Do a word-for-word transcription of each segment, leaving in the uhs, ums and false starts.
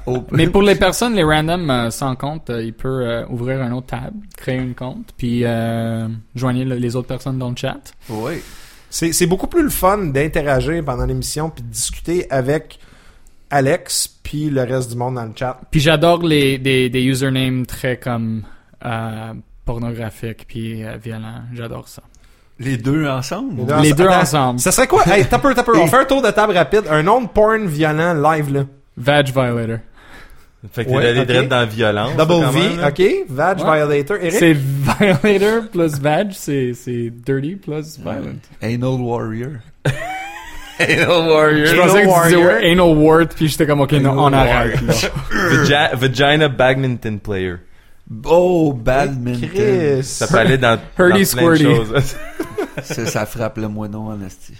Mais pour les personnes, les randoms euh, sans compte, euh, il peut euh, ouvrir un autre tab, créer une compte, puis euh, joindre le, les autres personnes dans le chat. Oui. C'est, c'est beaucoup plus le fun d'interagir pendant l'émission puis de discuter avec Alex puis le reste du monde dans le chat. Puis j'adore les des, des usernames très comme euh, pornographiques puis euh, violents. J'adore ça. Les deux ensemble? Les deux, Les ense- deux Attends, ensemble. Ça serait quoi? Hey, tapper, tapper. On fait un tour de table rapide. Un nom de porn violent live, là. Vag Violator. Fait que Ouais, t'es allé ok. direct dans la violence. Double quand V, même, là. OK. Vag Ouais. Violator. Eric? C'est Violator plus Vag, c'est, c'est Dirty plus Violent. Anal Warrior. Anal Warrior. Je pensais que tu disais Warrior. Anal Wart, puis j'étais comme, ok, non, on arrête. là. Vagi- Vagina Badminton Player. Oh, badminton. Chris. Ça peut aller dans, dans Hurdy plein de squirty. choses. Ça, ça frappe le moineau en esti.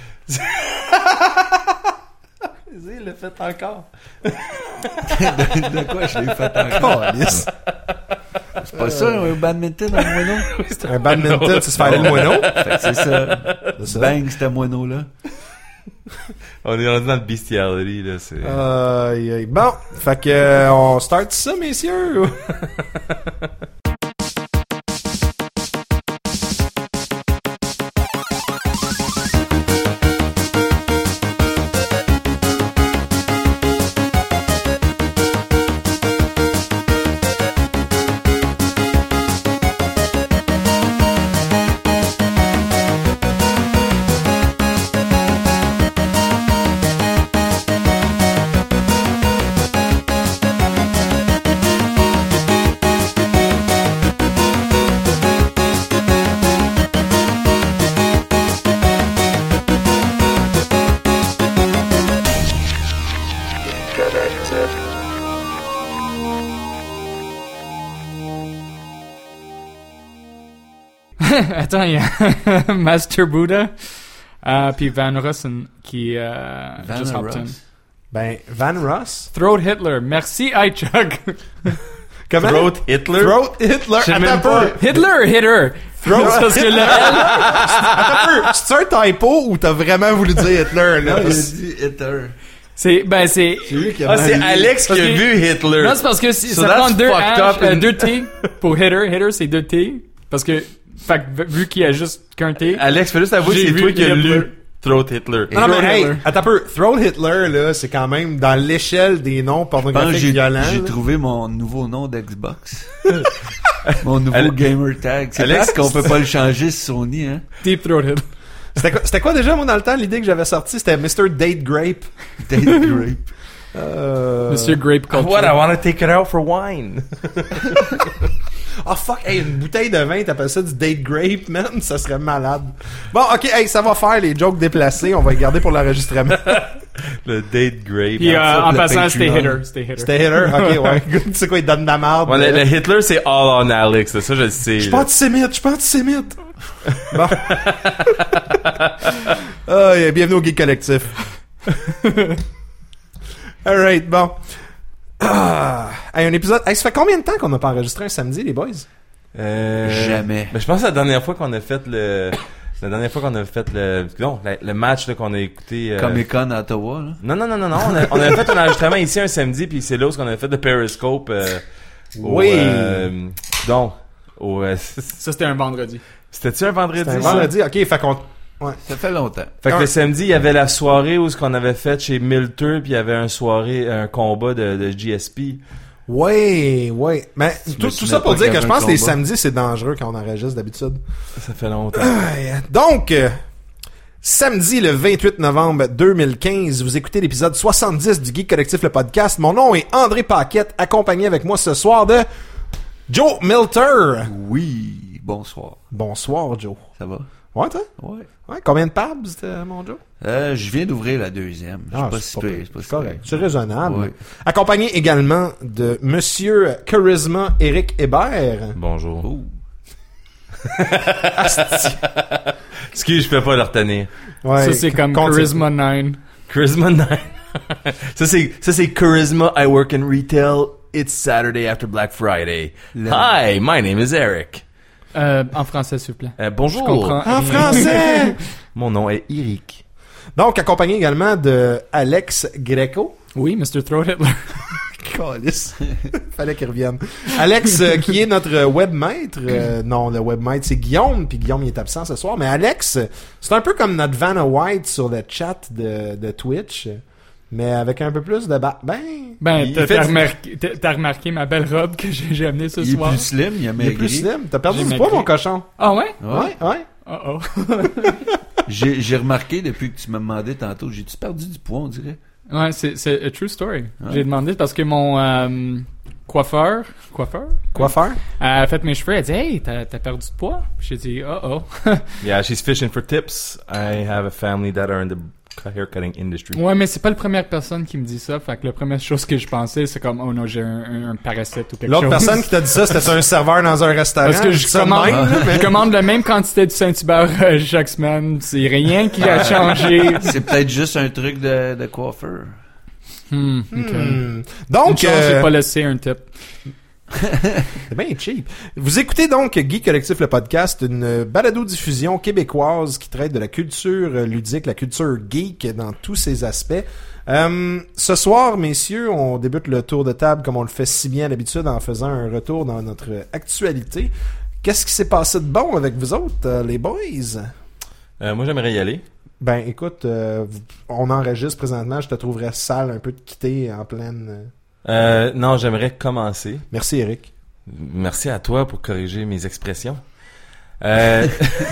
Il l'a fait encore. de, de quoi je l'ai fait encore? Calice. C'est pas ça, un badminton, un moineau? Un badminton, c'est se faire le moineau. Fait que c'est ça. C'est ça. Bang, ce moineau-là. On est rendu dans le bestiality, là. C'est... Aïe, aïe. Bon, fait que euh, on start ça, messieurs. Attends, il y a Master Buddha, euh, puis Van Russen qui euh, Van just hopped in. Ross. Ben, Van Ross. Throat Hitler, merci iChuck. Comment? Throat Hitler. Throat Hitler. Je sais Attends même un peu. pas. Hitler or hitter? Throat Parce que le Attends un peu. C'est un typo ou t'as vraiment voulu dire Hitler, là? Non, il a dit Hitler. c'est, ben c'est, C'est lui qui a Ah, c'est mal- Alex qui Parce a que- vu Hitler. non, c'est parce que si- So ça that's prend deux fucked H, up euh, and- deux T pour hitter. Hitter, c'est deux T. Parce que, fait que vu qu'il y a juste qu'un T. Alex, fais juste avouer que J'ai c'est vu toi qui as Hitler. lu Throat Hitler. Non, non, Throat mais hey, Hitler. attends un peu. Throat Hitler, là, c'est quand même dans l'échelle des noms Je pense que pornographiques j'ai, violents. j'ai là. trouvé mon nouveau nom d'Xbox. Mon nouveau Ale- gamer tag. C'est Alex- parce qu'on peut pas le changer sur Sony, hein. Deep Throat Hitler. C'était quoi, c'était quoi déjà, moi, dans le temps, l'idée que j'avais sortie? C'était mister Date Grape. Date Grape. Euh... Monsieur Grape Culture. What, I want to take it out for wine. Ah, fuck, hey, une bouteille de vin, t'appelles ça du Date Grape, man? Ça serait malade. Bon, ok, hey, ça va faire les jokes déplacés. On va les garder pour l'enregistrement. Le Date Grape. Puis euh, ça, en le passant, Patreon. c'était hitter. C'était hitter. C'était Hitler? Ok, ouais. Good. Tu sais quoi, il donne de la merde. Ouais, le, le Hitler, c'est all on Alex. là. Ça, je le sais. Je suis là. pas antisémite, je suis pas antisémite. Bon. Ah, yeah, bienvenue au Geek Collectif. Alright, bon. Ah, hey, un épisode. Hey, ça fait combien de temps qu'on n'a pas enregistré un samedi, les boys? Euh, Jamais. Ben, je pense que la dernière fois qu'on a fait le... La dernière fois qu'on a fait le... Non, la- le match là, qu'on a écouté... euh, Comic Con à Ottawa, là. Non, non, non, non, non. On a, on a fait un enregistrement ici un samedi, puis c'est là où on a fait le Periscope. Euh, au, Oui. euh, donc, au... euh, Ça, c'était un vendredi. C'était-tu un vendredi? C'était un ça? vendredi. Ok, fait qu'on. Ouais. Ça fait longtemps. Fait que Un- le samedi, il y avait la soirée où ce qu'on avait fait chez Milter, puis il y avait un soirée, un combat de, de G S P. Ouais, ouais. Mais tout, me tout souviens ça pour pas dire qu'il y que je avait un pense que les combat. samedis, c'est dangereux quand on enregistre d'habitude. Ça fait longtemps. Ouais. Donc, euh, samedi le vingt-huit novembre deux mille quinze, vous écoutez l'épisode soixante-dix du Geek Collectif, le podcast. Mon nom est André Paquette, accompagné avec moi ce soir de Joe Milter. Oui, bonsoir. Bonsoir, Joe. Ça va? Ouais, toi? Ouais. Ouais, combien de pabs, euh, mon Joe? Euh, je viens d'ouvrir la deuxième. Je suis Ah, pas c'est si pas pire, pire. c'est pas si C'est correct. pire. C'est raisonnable. Ouais. Accompagné également de Monsieur Charisma Éric Hébert. Bonjour. Oh. Excuse, je peux pas le retenir. Ouais, Ça, c'est comme continue. Charisma neuf. Charisma nine. ça, c'est, ça, c'est Charisma. I work in retail. It's Saturday after Black Friday. Le- Hi, my name is Eric. Euh, en français, s'il vous plaît. Euh, bonjour. Je comprends. En français! Mon nom est Eric. Donc, accompagné également de Alex Greco. Oui, mister Throat Hitler. Calice. Fallait qu'il revienne. Alex, euh, qui est notre webmaître. Euh, non, le webmaître, c'est Guillaume. Puis Guillaume, il est absent ce soir. Mais Alex, c'est un peu comme notre Vanna White sur le chat de, de Twitch. Mais avec un peu plus de... Ba- ben... Ben, il t'as, fait t'as, du- remarqué, t'as, t'as remarqué ma belle robe que j'ai, j'ai amenée ce Il est soir? plus slim, il a Il est plus maigri. slim. T'as perdu J'ai du poids, maigri. mon cochon. Ah ouais? Ouais. Ouais, ouais. Oh oh. J'ai, j'ai remarqué depuis que tu m'as demandé tantôt, j'ai-tu perdu du poids, on dirait? Ouais, c'est, c'est a true story. Ouais. J'ai demandé parce que mon euh, coiffeur... Coiffeur? Quoi faire? Elle a fait mes cheveux, elle a dit « Hey, t'as, t'as perdu de poids? » J'ai dit « Oh oh. » Yeah, she's fishing for tips. I have a family that are in the haircutting industry. Ouais, mais c'est pas la première personne qui me dit ça. Fait que la première chose que je pensais, c'est comme « Oh non, j'ai un, un, un parasite ou quelque L'autre chose. » personne qui t'a dit ça, c'était un serveur dans un restaurant. Parce que je Ça de commande, même, là, mais- je commande la même quantité de Saint-Hubert euh, chaque semaine. C'est rien qui a changé. C'est peut-être juste un truc de, de coiffeur. Hmm, ok. Hmm. Une Donc, chance, euh, j'ai pas laissé un tip. c'est bien cheap. Vous écoutez donc Guy Collectif, le podcast, une balado-diffusion québécoise qui traite de la culture ludique, la culture geek dans tous ses aspects. Euh, ce soir, messieurs, on débute le tour de table comme on le fait si bien d'habitude en faisant un retour dans notre actualité. Qu'est-ce qui s'est passé de bon avec vous autres, euh, les boys? Euh, moi, j'aimerais y aller. Ben, écoute, euh, vous- on enregistre présentement. Je te trouverais sale un peu de quitter en pleine... euh, Euh, non, j'aimerais commencer. Merci, Eric. Merci à toi pour corriger mes expressions. Euh,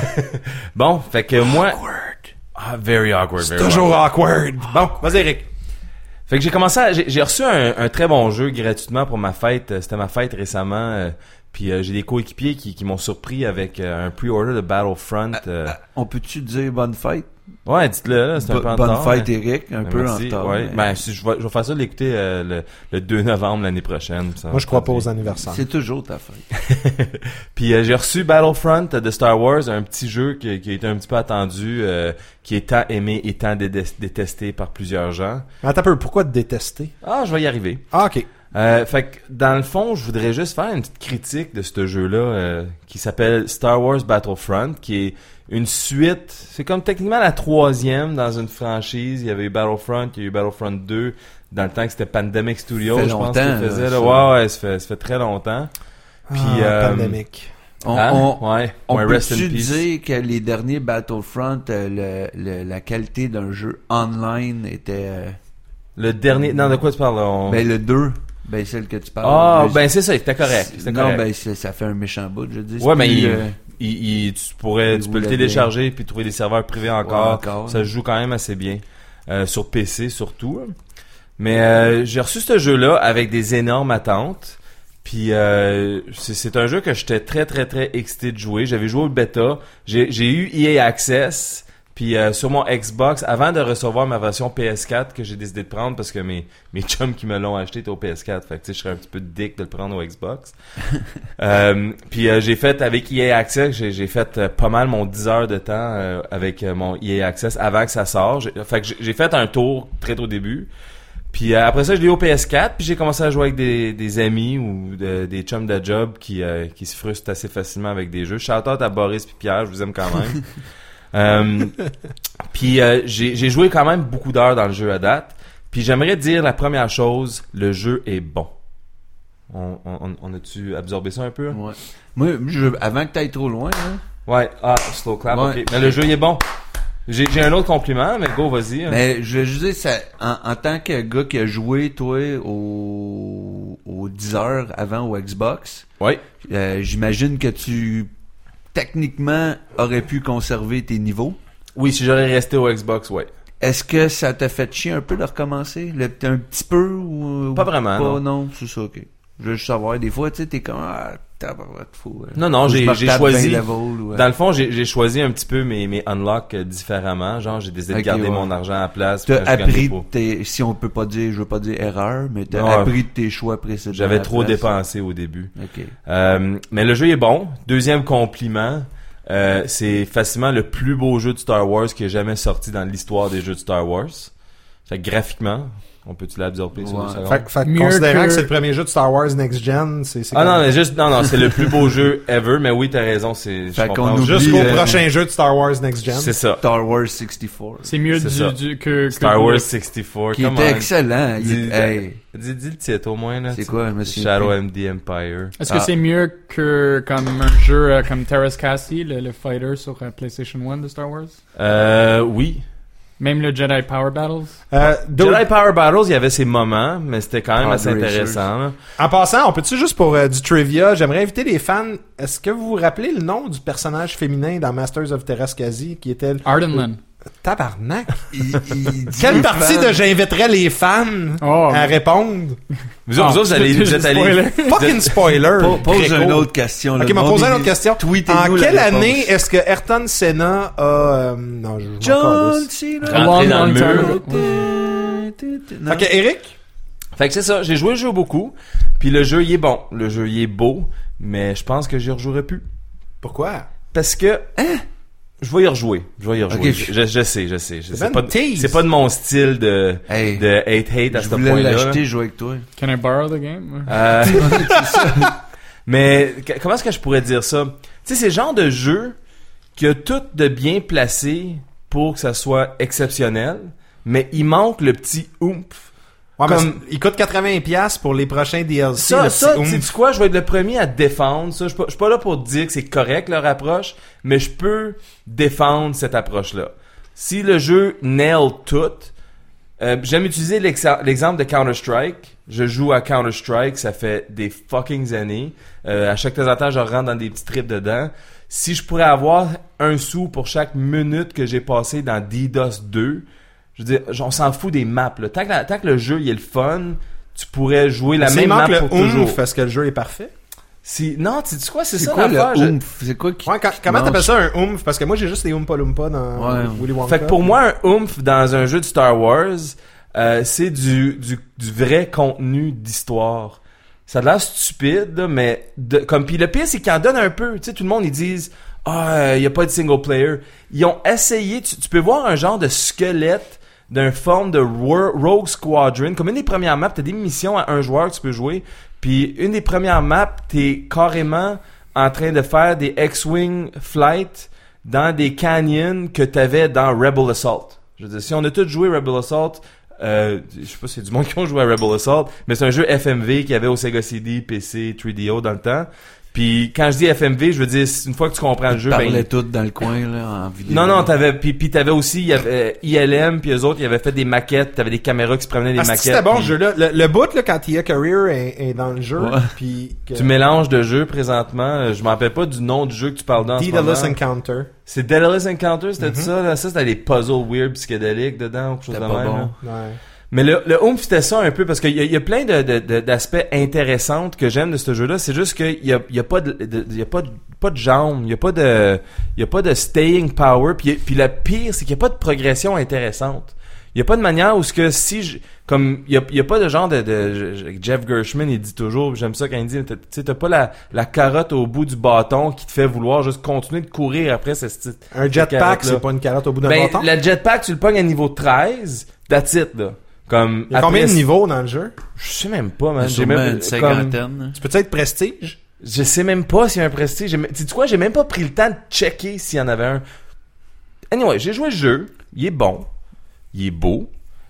bon, fait que moi... Ah, very awkward. C'est very toujours awkward. awkward. Bon, vas-y, Eric. Fait que j'ai commencé à, j'ai, j'ai reçu un, un très bon jeu gratuitement pour ma fête. Euh, C'était ma fête récemment. euh, puis euh, j'ai des coéquipiers qui, qui m'ont surpris avec euh, un pre-order de Battlefront. euh. On peut-tu dire bonne fête? Ouais, dites-le, là, c'est un Bo- peu en bonne retard, fête, mais- Eric, un Ben, peu merci, en retard. ouais. mais Ben, si, je, vais, je vais faire ça de l'écouter euh, le, le deux novembre l'année prochaine. Ça Moi, va je crois pas faire aux anniversaires. c'est toujours ta fête. Puis euh, j'ai reçu Battlefront de Star Wars, un petit jeu qui, qui a été un petit peu attendu, euh, qui est tant aimé et tant dé- détesté par plusieurs gens. Attends un peu, pourquoi te détester? Ah, je vais y arriver. Ah, ok. Euh, fait que dans le fond, je voudrais juste faire une petite critique de ce jeu-là euh, qui s'appelle Star Wars Battlefront, qui est une suite. C'est comme techniquement la troisième dans une franchise. Il y avait eu Battlefront, il y a eu Battlefront deux dans le temps que c'était Pandemic Studios, Ça fait je pense longtemps, qu'il faisait. là, là. ça. Ouais, ouais, ça fait, ça fait très longtemps. Puis, ah, euh, pandémique. On, Hein? on, ouais, on ouais, rest in peut-tu peace. dire que les derniers Battlefront, euh, le, le- la qualité d'un jeu online était... euh, Le dernier, non, de quoi tu parles là? On- Ben le deux, ben celle que tu parles. Ah, Le- ben c'est ça, c'était correct. C'était non, correct. ben c'est- ça fait un méchant bout, je dis. Ouais, mais Puis, il, euh, il, il- tu pourrais, il tu peux le voulait télécharger puis trouver des serveurs privés encore. Ouais, encore. Ça se joue quand même assez bien. Euh, sur P C surtout. là. Mais euh, j'ai reçu ce jeu-là avec des énormes attentes. Puis euh, c'est, c'est un jeu que j'étais très très très excité de jouer. J'avais joué au bêta. J'ai, j'ai eu E A Access. Puis euh, sur mon Xbox, avant de recevoir ma version P S quatre que j'ai décidé de prendre parce que mes mes chums qui me l'ont acheté étaient au P S quatre. Fait que tu sais, je serais un petit peu dick de le prendre au Xbox. euh, puis euh, j'ai fait avec E A Access, j'ai, j'ai fait euh, pas mal mon dix heures de temps euh, avec euh, mon E A Access avant que ça sorte. J'ai, fait que j'ai, j'ai fait un tour très au début. Puis euh, après ça, je l'ai eu au P S quatre, puis j'ai commencé à jouer avec des, des amis ou de- des chums de job qui euh, qui se frustrent assez facilement avec des jeux. Shout out à Boris puis Pierre, je vous aime quand même. euh, puis euh, j'ai j'ai joué quand même beaucoup d'heures dans le jeu à date. Puis j'aimerais dire la première chose, le jeu est bon. On, on, on a-tu absorbé ça un peu? ouais. Moi, je, avant que t'ailles trop loin, hein, Ouais, ah, slow clap, Ouais. ok. Mais le jeu il est bon. J'ai j'ai un autre compliment, mais go, vas-y. hein. mais je vais juste dire, ça, en, en tant que gars qui a joué, toi, au, aux dix heures avant au Xbox, Ouais. euh, j'imagine que tu, techniquement, aurais pu conserver tes niveaux. Oui, si j'aurais resté au Xbox, ouais. Est-ce que ça t'a fait chier un peu de recommencer? Le, un petit peu ou... Pas vraiment, Pas, non. non, c'est ça, ok. Je veux juste savoir, des fois, tu sais, t'es comme, ah, tabarouette, faut... euh, Non, non, faut que j'ai- je me j'ai retape choisi- vingt levels, ou, euh, Dans le fond, j'ai j'ai choisi un petit peu mes, mes unlocks euh, différemment. Genre, j'ai décidé Ok, de garder ouais. mon argent à la place. T'as puis quand je gagnais appris pas. tes, si on peut pas dire, je veux pas dire erreur, mais t'as Non, appris de tes choix précédents. à J'avais la trop place. dépensé au début. Ok. Euh, mais le jeu est bon. Deuxième compliment, euh, c'est facilement le plus beau jeu de Star Wars qui est jamais sorti dans l'histoire des jeux de Star Wars. Fait que graphiquement, On peut-tu l'absorber sur Ouais. deux secondes? Fait, fait, Mieux considérant que- que c'est le premier jeu de Star Wars Next Gen, c'est, c'est Ah non, comme- mais juste, non, non, c'est le plus beau jeu ever, mais oui, t'as raison, c'est, je Fait qu'on comprends. oublie- jusqu'au euh, prochain jeu de Star Wars Next Gen. C'est ça. Star Wars soixante-quatre. C'est mieux C'est du, ça. du, que, que Star le- Wars soixante-quatre, Qui come était on. excellent. Il- Dis, hey, dis, dis le titre au moins, là. c'est tu- quoi, monsieur? Shadow M D Empire. Est-ce que Ah. c'est mieux que comme un jeu euh, comme Terrace Cassie, le, le fighter sur euh, PlayStation un de Star Wars? Euh, oui. Même le Jedi Power Battles? Euh, d'autres- Jedi Power Battles, il y avait ses moments, mais c'était quand même Pod assez Racers. intéressant, là. En passant, on peut-tu juste pour euh, du trivia, j'aimerais inviter les fans. Est-ce que vous vous rappelez le nom du personnage féminin dans Masters of Terraskasi qui était le... Ardenland. Tabarnak. Il- il dit Quelle aux partie fans- de j'inviterais les fans Oh, à répondre? Vous autres, vous autres, vous allez, vous êtes allés, Fucking spoiler. Po- Pose Gréco. une autre question. là. Ok, m'a Le posé monde, une autre il- question. Tweetez-nous En la quelle réponse. année est-ce que Ayrton Senna a... euh, non, je, je m'en John calisse. Cena. A long, Rentrer dans long le time. Non. Ok, Eric? Fait que c'est ça, j'ai joué le jeu beaucoup, puis le jeu il est bon, le jeu il est beau, mais je pense que j'y rejouerai plus. Pourquoi? Parce que, hein, je vais y rejouer, je vais y rejouer. Ok. Je, je sais, je sais, je sais. C'est C'est pas, une tease. c'est pas de mon style de, Hey, de hate-hate à je ce voulais point-là. l'acheter, jouer avec toi. Can I borrow the game? Euh, mais que- comment est-ce que je pourrais dire ça? Tu sais, c'est le genre de jeu qui a tout de bien placé pour que ça soit exceptionnel, mais il manque le petit oomph. Ouais, mais Comme- c'est- il coûte quatre-vingts dollars pour les prochains D L C. Ça, le ça, petit tu oomph. sais quoi, je vais être le premier à défendre ça. Je suis pas, je suis pas là pour te dire que c'est correct leur approche, mais je peux défendre cette approche-là. Si le jeu nail tout, euh, j'aime utiliser l'exa- l'exemple de Counter-Strike. Je joue à Counter-Strike, ça fait des fucking années. Euh, à chaque temps en temps, je rentre dans des petits trips dedans. Si je pourrais avoir un sou pour chaque minute que j'ai passé dans DDoS deux, je veux dire, on s'en fout des maps. Là. Tant, que la- tant que le jeu il est le fun, tu pourrais jouer la S'il même manque map le pour toujours. oomph, est-ce que le jeu est parfait? Si, non, tu dis quoi, c'est C'est ça quoi l'affaire. le je- oomph? C'est quoi qui... Ouais, quand- comment Non, t'appelles je- ça un oomph? Parce que moi, j'ai juste les Oompa Loompa dans Ouais. Willy Wonka. Fait que pour moi, un oomph dans un jeu de Star Wars, euh, c'est du, du, du vrai contenu d'histoire. Ça a l'air stupide, là, mais de, comme puis le pire, c'est qu'ils en donnent un peu. Tu sais, tout le monde ils disent ah, il y a pas de single player. Ils ont essayé. Tu, tu peux voir un genre de squelette d'un forme de Ro- Rogue Squadron. Comme une des premières maps, t'as des missions à un joueur que tu peux jouer. Puis une des premières maps, t'es carrément en train de faire des X-Wing flight dans des canyons que t'avais dans Rebel Assault. Je veux dire, si on a tous joué Rebel Assault, euh, je sais pas si c'est du monde qui ont joué à Rebel Assault, mais c'est un jeu F M V qu'il y avait au Sega C D, P C, trois D O dans le temps. Puis quand je dis F M V, je veux dire, c'est une fois que tu comprends le jeu, Ils ben, parlaient tous dans le coin, là, en vidéo. non, non, t'avais, puis, puis t'avais aussi, il y avait euh, I L M, puis eux autres, ils avaient fait des maquettes, t'avais des caméras qui se promenaient des Ah, c'est- maquettes. c'était bon puis ce jeu-là. Le, le bout, là, quand T A Career est, est dans le jeu, Ouais. puis que... Tu mélanges de jeux présentement, euh, je m'en rappelle pas du nom du jeu que tu parles dans en ce moment. Daedalus Encounter. C'est Daedalus Encounter, c'était Mhm. ça, là? Ça, c'était des puzzles weird psychédéliques dedans, ou quelque chose de C'était pas même, bon. là. Ouais. Mais le, le oomph, c'était ça un peu, parce qu'il y a, il y a plein de, de, de- d'aspects intéressants que j'aime de ce jeu-là. C'est juste qu'il y a, il y a pas de, de- il y a pas de, pas de jambes, il y a pas de, il y a pas de staying power, puis, puis le pire, c'est qu'il y a pas de progression intéressante. Il y a pas de manière où ce que si je, comme, il y a, il y a pas de genre de, de, je- Jeff Gershman, il dit toujours, j'aime ça quand il dit, tu sais, t'as pas la, la carotte au bout du bâton qui te fait vouloir juste continuer de courir après ce style. Un jetpack, carotte-là. c'est pas une carotte au bout d'un Ben, bâton. le jetpack, tu le pognes à niveau treize, that's it, là. Comme, Il y a combien de après, niveaux dans le jeu? je sais même pas, man. J'ai Sûrement même, une comme, cinquantaine. Tu peux être prestige? je sais même pas s'il y a un prestige. J'ai même- Tu sais quoi, j'ai même pas pris le temps de checker s'il y en avait un. Anyway, j'ai joué le jeu. Il est bon. Il est beau.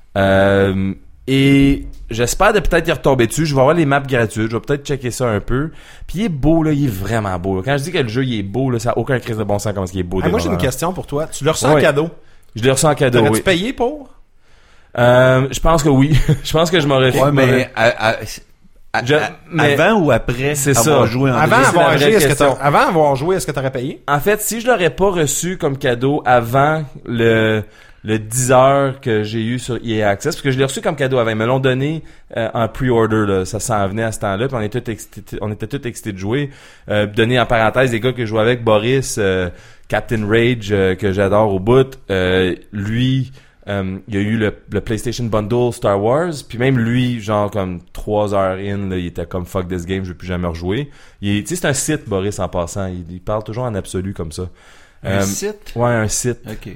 Euh, et j'espère de peut-être y retomber dessus. Je vais avoir les maps gratuites. Je vais peut-être checker ça un peu. Puis il est beau, là. Il est vraiment beau, là. Quand je dis que le jeu, il est beau, là, ça a aucun crise de bon sens comme ce qui est beau. Ah, moi, j'ai une devant. question pour toi. Tu le reçois Ouais. en cadeau. Je l'ai reçu en cadeau, T'aurais-tu oui. payé pour? Euh, je pense que oui. Je pense que je m'aurais Ouais, m'aurais- mais, à- à- à- Je- à- mais- avant ou après C'est avoir ça. joué en Avant deux? c'est avoir, la vraie joué, est-ce que question. t'as- avant avoir joué, est-ce que t'aurais payé? En fait, si je l'aurais pas reçu comme cadeau avant le le dix heures que j'ai eu sur E A Access, parce que je l'ai reçu comme cadeau avant, ils me l'ont donné euh, en pre-order, là. Ça s'en venait à ce temps-là, puis on était tous excités, on était tous excités de jouer. Euh, donné en parenthèse, des gars que je jouais avec, Boris, euh, Captain Rage, euh, que j'adore au bout, euh, lui, euh, il y a eu le, le PlayStation Bundle Star Wars, puis même lui, genre comme trois heures in, là, il était comme fuck this game, je vais plus jamais rejouer. Il est- tu sais, c'est un site, Boris, en passant, il, il parle toujours en absolu comme ça. Un Euh, site? Ouais, un site. Ok.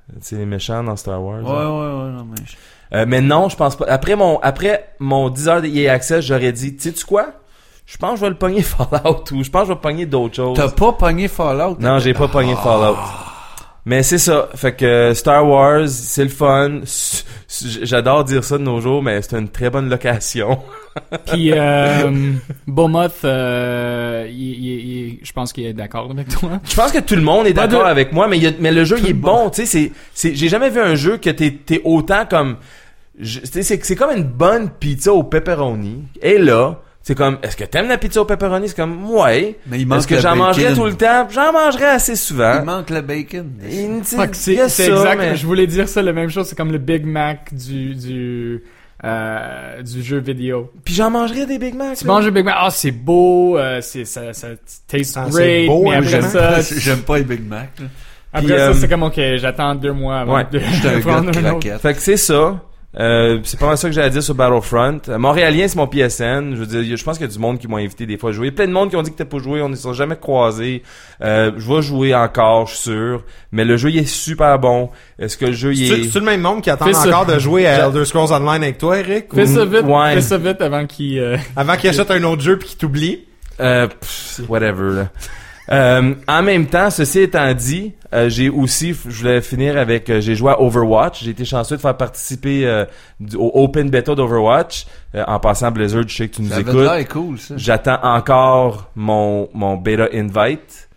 C'est les méchants dans Star Wars. Ouais, hein. ouais, ouais, non, mais... Euh, mais non, je pense pas. Après mon, après mon dix heures de E A Access, j'aurais dit, tu sais quoi? Je pense que je vais le pogner Fallout ou je pense que je vais pogner d'autres choses. T'as pas pogné Fallout? Non, j'ai pas ah. pogné Fallout. Mais c'est ça. Fait que Star Wars, c'est le fun. S- s- J'adore dire ça de nos jours, mais c'est une très bonne location. Puis euh, Beaumoth, euh, il, il, il, je pense qu'il est d'accord avec toi. Je pense que tout le monde est Pas d'accord de- avec moi, mais, il y a, mais le jeu, Tout il est le bon. Tu sais, c'est, c'est, j'ai jamais vu un jeu que t'es, t'es autant comme... je- Tu sais, c'est, c'est comme une bonne pizza au pepperoni. Et là... C'est comme, est-ce que t'aimes la pizza au pepperoni? C'est comme, ouais. Mais il manque Est-ce que le j'en mangerais bacon. tout le temps? J'en mangerais assez souvent. Il manque le bacon. Et, tu sais, Fuck, c'est, il y a c'est ça, exact. mais- Je voulais dire ça, la même chose. C'est comme le Big Mac du du euh, du jeu vidéo. Puis j'en mangerais des Big Mac. Tu là. manges le Big Mac, ah c'est beau, euh, c'est ça ça taste Ah, c'est great, beau, mais un après Big Mac. ça, J'aime pas les Big Mac. là. après Puis, ça euh, c'est comme ok, j'attends deux mois avant Ouais. de J'étais un gars prendre de un autre. craquette. Fait que c'est ça. Euh, c'est pas mal ça que j'ai à dire sur Battlefront. Euh, Montréalien, c'est mon P S N. Je veux dire, il y a- je pense qu'il y a du monde qui m'ont invité des fois à jouer. Il y a plein de monde qui ont dit que t'as pas joué. On ne s'est jamais croisés. Euh, je vais jouer encore, je suis sûr. Mais le jeu, il est super bon. Est-ce que le jeu, il C'est est... c'est le même monde qui attend Fais ça. encore de jouer à Elder Scrolls Online avec toi, Eric? Fais ça vite, Ouais. fais ça vite avant qu'il euh, Avant qu'il achète un autre jeu puis qu'il t'oublie. Euh, pff, whatever, là. Euh, en même temps, ceci étant dit, euh, j'ai aussi, je voulais finir avec, euh, j'ai joué à Overwatch. J'ai été chanceux de faire participer euh, du- au Open Beta d'Overwatch. Euh, en passant, Blizzard, je sais que tu nous Ça avait écoutes. l'air cool, ça. J'attends encore mon, mon beta invite.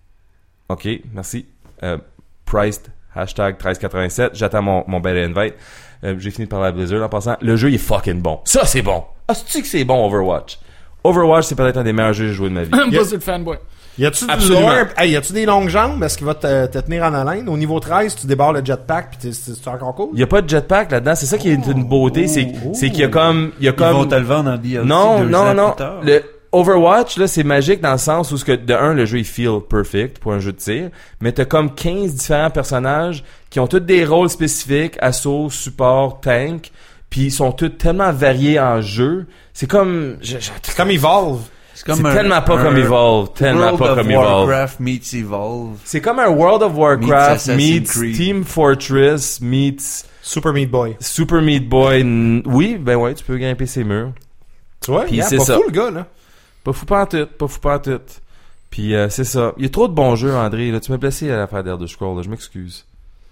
OK, merci. Euh, priced, hashtag treize quatre-vingt-sept. J'attends mon, mon beta invite. Euh, j'ai fini par la Blizzard en passant. Le jeu il est fucking bon. Ça, c'est bon. Ah, c'est-tu que c'est bon, Overwatch? Overwatch, c'est peut-être un des meilleurs jeux que j'ai joué de ma vie. pas Yes. sur le fanboy. Y a-tu du Absolument. lore? Hey, y a-tu des longues jambes? Est-ce qu'il va te, te tenir en haleine? Au niveau treize, tu débarres le jetpack pis t'es- c'est c'est encore cool? Il y a pas de jetpack là-dedans. C'est ça qui est une beauté. C'est, c'est qu'il y a comme, il y a Ils vont comme, te le vendre en D L C non, deux non, ans non. plus tard. Le Overwatch, là, c'est magique dans le sens où ce que, de un, le jeu, il feel perfect pour un jeu de tir. Mais t'as comme quinze différents personnages qui ont tous des rôles spécifiques, assaut, support, tank. Puis ils sont tous tellement variés en jeu. C'est comme, je- je- C'est comme Evolve. C'est c'est un- tellement pas un comme Evolve. Tellement World pas of comme Evolve. Warcraft meets Evolve. C'est comme un World of Warcraft Meets meets, Assassin's Creed. Team Fortress meets Super Meat Boy. Super Meat Boy. N- Oui, ben ouais, tu peux grimper ses murs. Tu vois? Puis Yeah, c'est pas ça. fou, le gars, là. Pas fou pas en tout, pas fou pas en tout. Puis euh, c'est ça. Il y a trop de bons jeux, André. Là, tu m'as blessé à l'affaire d'Elder Scrolls. Là, je m'excuse.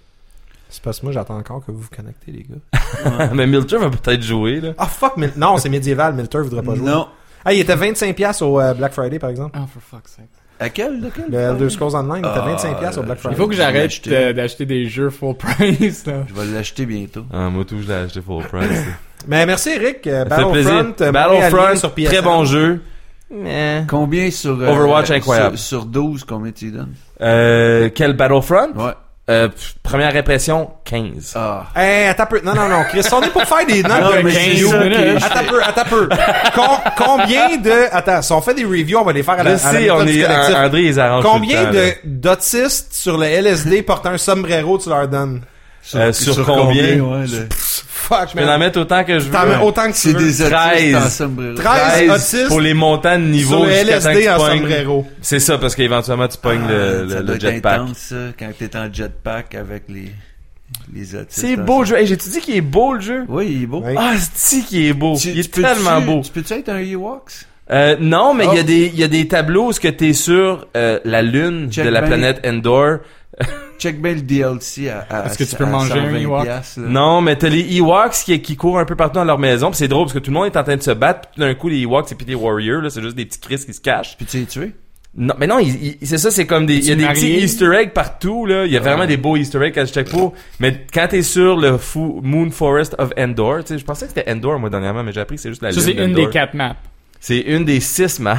C'est parce que moi, j'attends encore que vous vous connectez, les gars. Mais Milter va peut-être jouer là. Ah, fuck, Mil- non, c'est médiéval. Milter voudrait pas jouer. Non. Ah, il était vingt-cinq piastres au euh, Black Friday, par exemple. Oh for fuck's sake. À quel, lequel? Le Elder Scrolls Online, il était Ah, vingt-cinq piastres au Black il Friday. Il faut que Je vais j'arrête l'acheter. euh, d'acheter des jeux full price là. Je vais l'acheter bientôt. Ah, moi tout, je l'ai acheté full price. là. Mais merci, Eric. Euh, Ça fait plaisir. Battlefront, euh, Montréalien Battlefront, sur P S N. très bon jeu. Mais... Combien sur... euh, Overwatch, incroyable. Sur, sur douze, combien tu lui donnes? Euh, quel Battlefront? Ouais. Euh, pff, première impression, quinze. Ah. Hey, attends un peu. Non, non, non. Chris, on est pour faire des notes Non, de mais quinze. c'est ça que- Attends un peu, attends un peu. Com- combien de... Attends, si on fait des reviews, on va les faire à la, Je à la sais, on méthode du est, collectif. André les arrange Combien tout le temps, là. de d'autistes sur le L S D portant un sombrero tu leur donnes? Euh, sur combien? ouais, le- Fuck, Je peux en mettre autant que je veux. T'en mets autant que tu C'est veux. des treize. autistes en sombrero. treize autistes pour les montants de niveau sur le L jusqu'à S temps que D tu en pognes- sombrero. C'est ça, parce qu'éventuellement tu pognes le, Ah, ça le, doit le être jetpack. intense, ça, quand t'es en jetpack avec les, les autistes. C'est en beau le som- jeu. Hey, j'ai-tu dit qu'il est beau le jeu? Oui, il est beau. Ouais. Ah, c'est qu'il est beau. Tu- il est tu peux-tu- tellement beau. Tu peux-tu être un Ewoks? Euh, non, mais il y a Oh. des, il y a des tableaux où ce que t'es sur euh, la lune Check de la bien. planète Endor. Check bien le D L C à, à Est-ce que tu à peux manger un cent vingt Ewok? piastres, là. Non, mais t'as les Ewoks qui, qui courent un peu partout dans leur maison. Pis c'est drôle parce que tout le monde est en train de se battre. Puis tout d'un coup, les Ewoks, c'est plus des warriors. Là, c'est juste des petits Chris qui se cachent. Puis tu les tué? Non, mais non, il- il- c'est ça, c'est comme des, il y a des marié? petits Easter eggs partout, là. Il y a vraiment des beaux Easter eggs que je check pour. Mais quand t'es sur le fou, Moon Forest of Endor, tu sais, je pensais que c'était Endor, moi, dernièrement, mais j'ai appris que c'est juste la Ça lune c'est une d'Endor. des quatre maps. C'est une des six maps.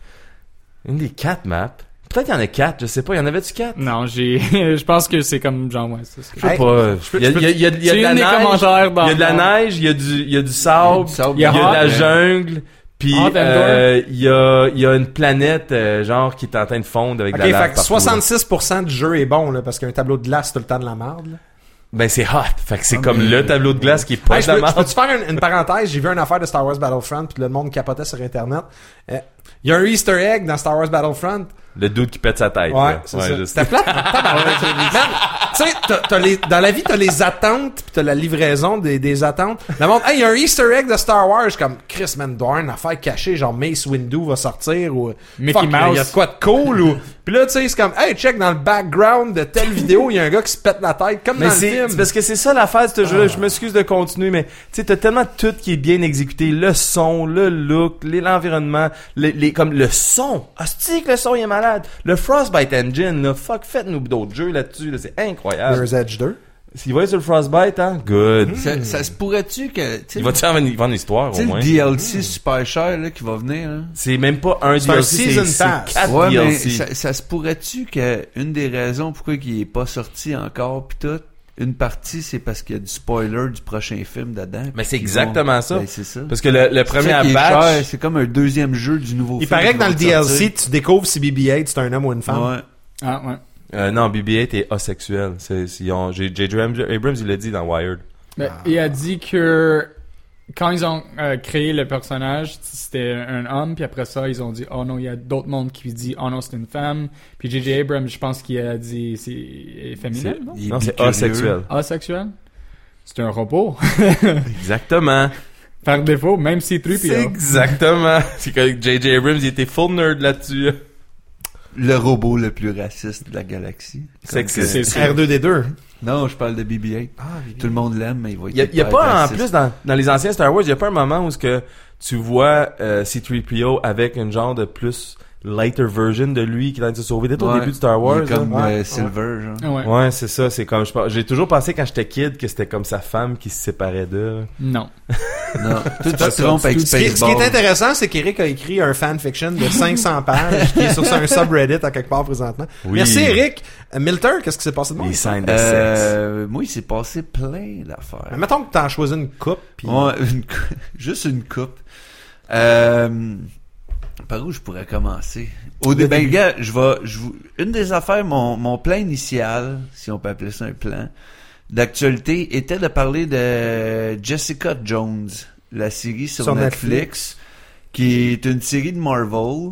Une des quatre maps. Peut-être qu'il y en a quatre, je sais pas. Y en avait-tu quatre? Non, j'ai je pense que c'est comme genre ouais, c'est ce que Je sais Hey, pas. peux- Il y a, je peux- il y a, il y a, il y a C'est de la une des neige. commentaires dans Il y a de la dans- neige, il y a du, il y a du sable. Du sable. Il y a de la hot, jungle. Puis Hot Endor. euh, il y a il y a une planète euh, genre qui est en train de fondre avec Ok, de la lave fait que partout, soixante-six pour cent du jeu est bon, là, parce qu'un tableau de glace, c'est tout le temps de la merde, là. là. Ben c'est hot. Fait que c'est Ah, comme mais- le tableau de glace qui est pas Hey, de je la peux, je merde. peux-tu faire une, une parenthèse? J'ai vu une affaire de Star Wars Battlefront, puis le monde capotait sur Internet. Euh, Il y a un Easter egg dans Star Wars Battlefront. Le dude qui pète sa tête. Ouais, là. c'est Ouais, ça. je sais. C'était plate. tabarnak. Man, tu sais, t'as, t'as les, dans la vie, t'as les attentes pis t'as la livraison des, des attentes. Le monde, hey, il y a un Easter egg de Star Wars. Je suis comme, Chris, man, doit y avoir une affaire cachée, genre Mace Windu va sortir ou Mickey fuck, Mouse. il y a de quoi de cool ou. Pis là, tu sais, c'est comme, hey, check dans le background de telle vidéo, il y a un gars qui se pète la tête, comme Mais dans le c'est, film. c'est parce que c'est ça l'affaire de ce jeu-là. Je m'excuse de continuer, mais tu sais, t'as tellement tout qui est bien exécuté. Le son, le look, les, l'environnement, les, les, comme le son. Hostie que le son il est malade. Le Frostbite Engine, là, fuck, faites-nous d'autres jeux là-dessus, là, c'est incroyable. Mirror's Edge deux. S'il va être sur le Frostbite, hein, good. Ça, ça se pourrait-tu que... tu sais, Il va-tu avoir une, vendre une histoire, tu au sais, moins? le D L C super cher là, qui va venir, là. C'est même pas un C'est un D L C, season c'est, pass. c'est quatre Ouais, D L mais C. ça, ça se pourrait-tu que une des raisons pourquoi il est pas sorti encore pis tout, une partie c'est parce qu'il y a du spoiler du prochain film dedans. Mais c'est Ils exactement vont- ça. Ben, c'est ça. Parce que le, le C'est premier ça qui est batch... cher, c'est comme un deuxième jeu du nouveau Il film. paraît qui que dans va le D L sortir. C, tu découvres si B B eight c'est un homme ou une femme. Ouais. Ah, ouais. Euh, non, B B eight est asexuel. C'est, c'est, ils ont, J J Abrams, il l'a dit dans Wired. Ben, il a dit que quand ils ont euh, créé le personnage, c'était un homme, puis après ça, ils ont dit « Oh non, il y a d'autres mondes qui disent « Oh non, c'est une femme. » Puis J J Abrams, je pense qu'il a dit « C'est féminin, C'est- non? Il est Non, c'est bicurieux. asexuel. Asexuel? » C'est un robot. Exactement. Par défaut, même si C'est c'est exactement. C'est que J J Abrams, il était full nerd là-dessus. Le robot le plus raciste de la galaxie. C'est Comme que que- c'est- c'est- R deux D deux. Non, je parle de B B eight. Ah, Tout le monde l'aime, mais il va être Il y a, il y a hyper pas, en raciste. plus, dans, dans les anciens Star Wars, il y a pas un moment où ce que tu vois euh, C trois P O avec une genre de plus lighter version de lui qui est en train de se sauver. Dès au Ouais. début de Star Wars. Il est comme là. Ouais, euh, ouais. Silver, genre. Ouais. Ouais, c'est ça. C'est comme je pense- J'ai toujours pensé quand j'étais kid que c'était comme sa femme qui se séparait d'eux. Non. Non, tu pas te ça. trompes avec Ce qui, ce qui est Spaceball. intéressant, c'est qu'Eric a écrit un fanfiction de cinq cents pages qui est sur un subreddit à quelque part présentement. Oui. Merci Eric. Euh, Milter, qu'est-ce qui s'est passé de bon? Les scènes de sexe. Euh, moi, il s'est passé plein d'affaires. Mais mettons que t'en choisis une coupe. Pis... Ouais, une cou- juste une coupe. Euh, par où je pourrais commencer? Au début, ben, gars, je vais, je vous, une des affaires, mon, mon plan initial, si on peut appeler ça un plan, d'actualité, était de parler de Jessica Jones, la série sur, Sur Netflix, Netflix. qui est une série de Marvel.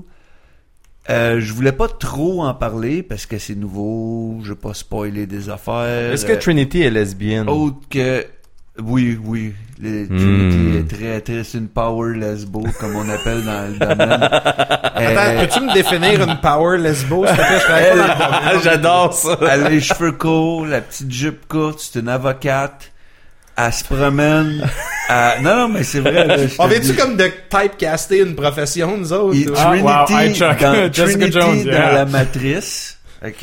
Euh, je voulais pas trop en parler parce que c'est nouveau, je veux pas spoiler des affaires. Est-ce que Euh, Trinity est lesbienne? autre que oui, oui, les Hmm. Trinity est très très c'est une power lesbo comme on appelle dans le domaine. Attends, Euh, peux-tu me définir une power lesbo? s'il te plaît? Je travaille pas dans le domaine. J'adore ça. elle a les cheveux courts, la petite jupe courte, c'est une avocate. Elle se promène. à- Non, non, mais c'est vrai. Là, je On te vient-tu dis. comme de typecaster une profession, nous autres? Et ou- Ah, Trinity, wow, hey, Chuck. dans, Jessica Trinity Jones, dans yeah. la Matrice, ok,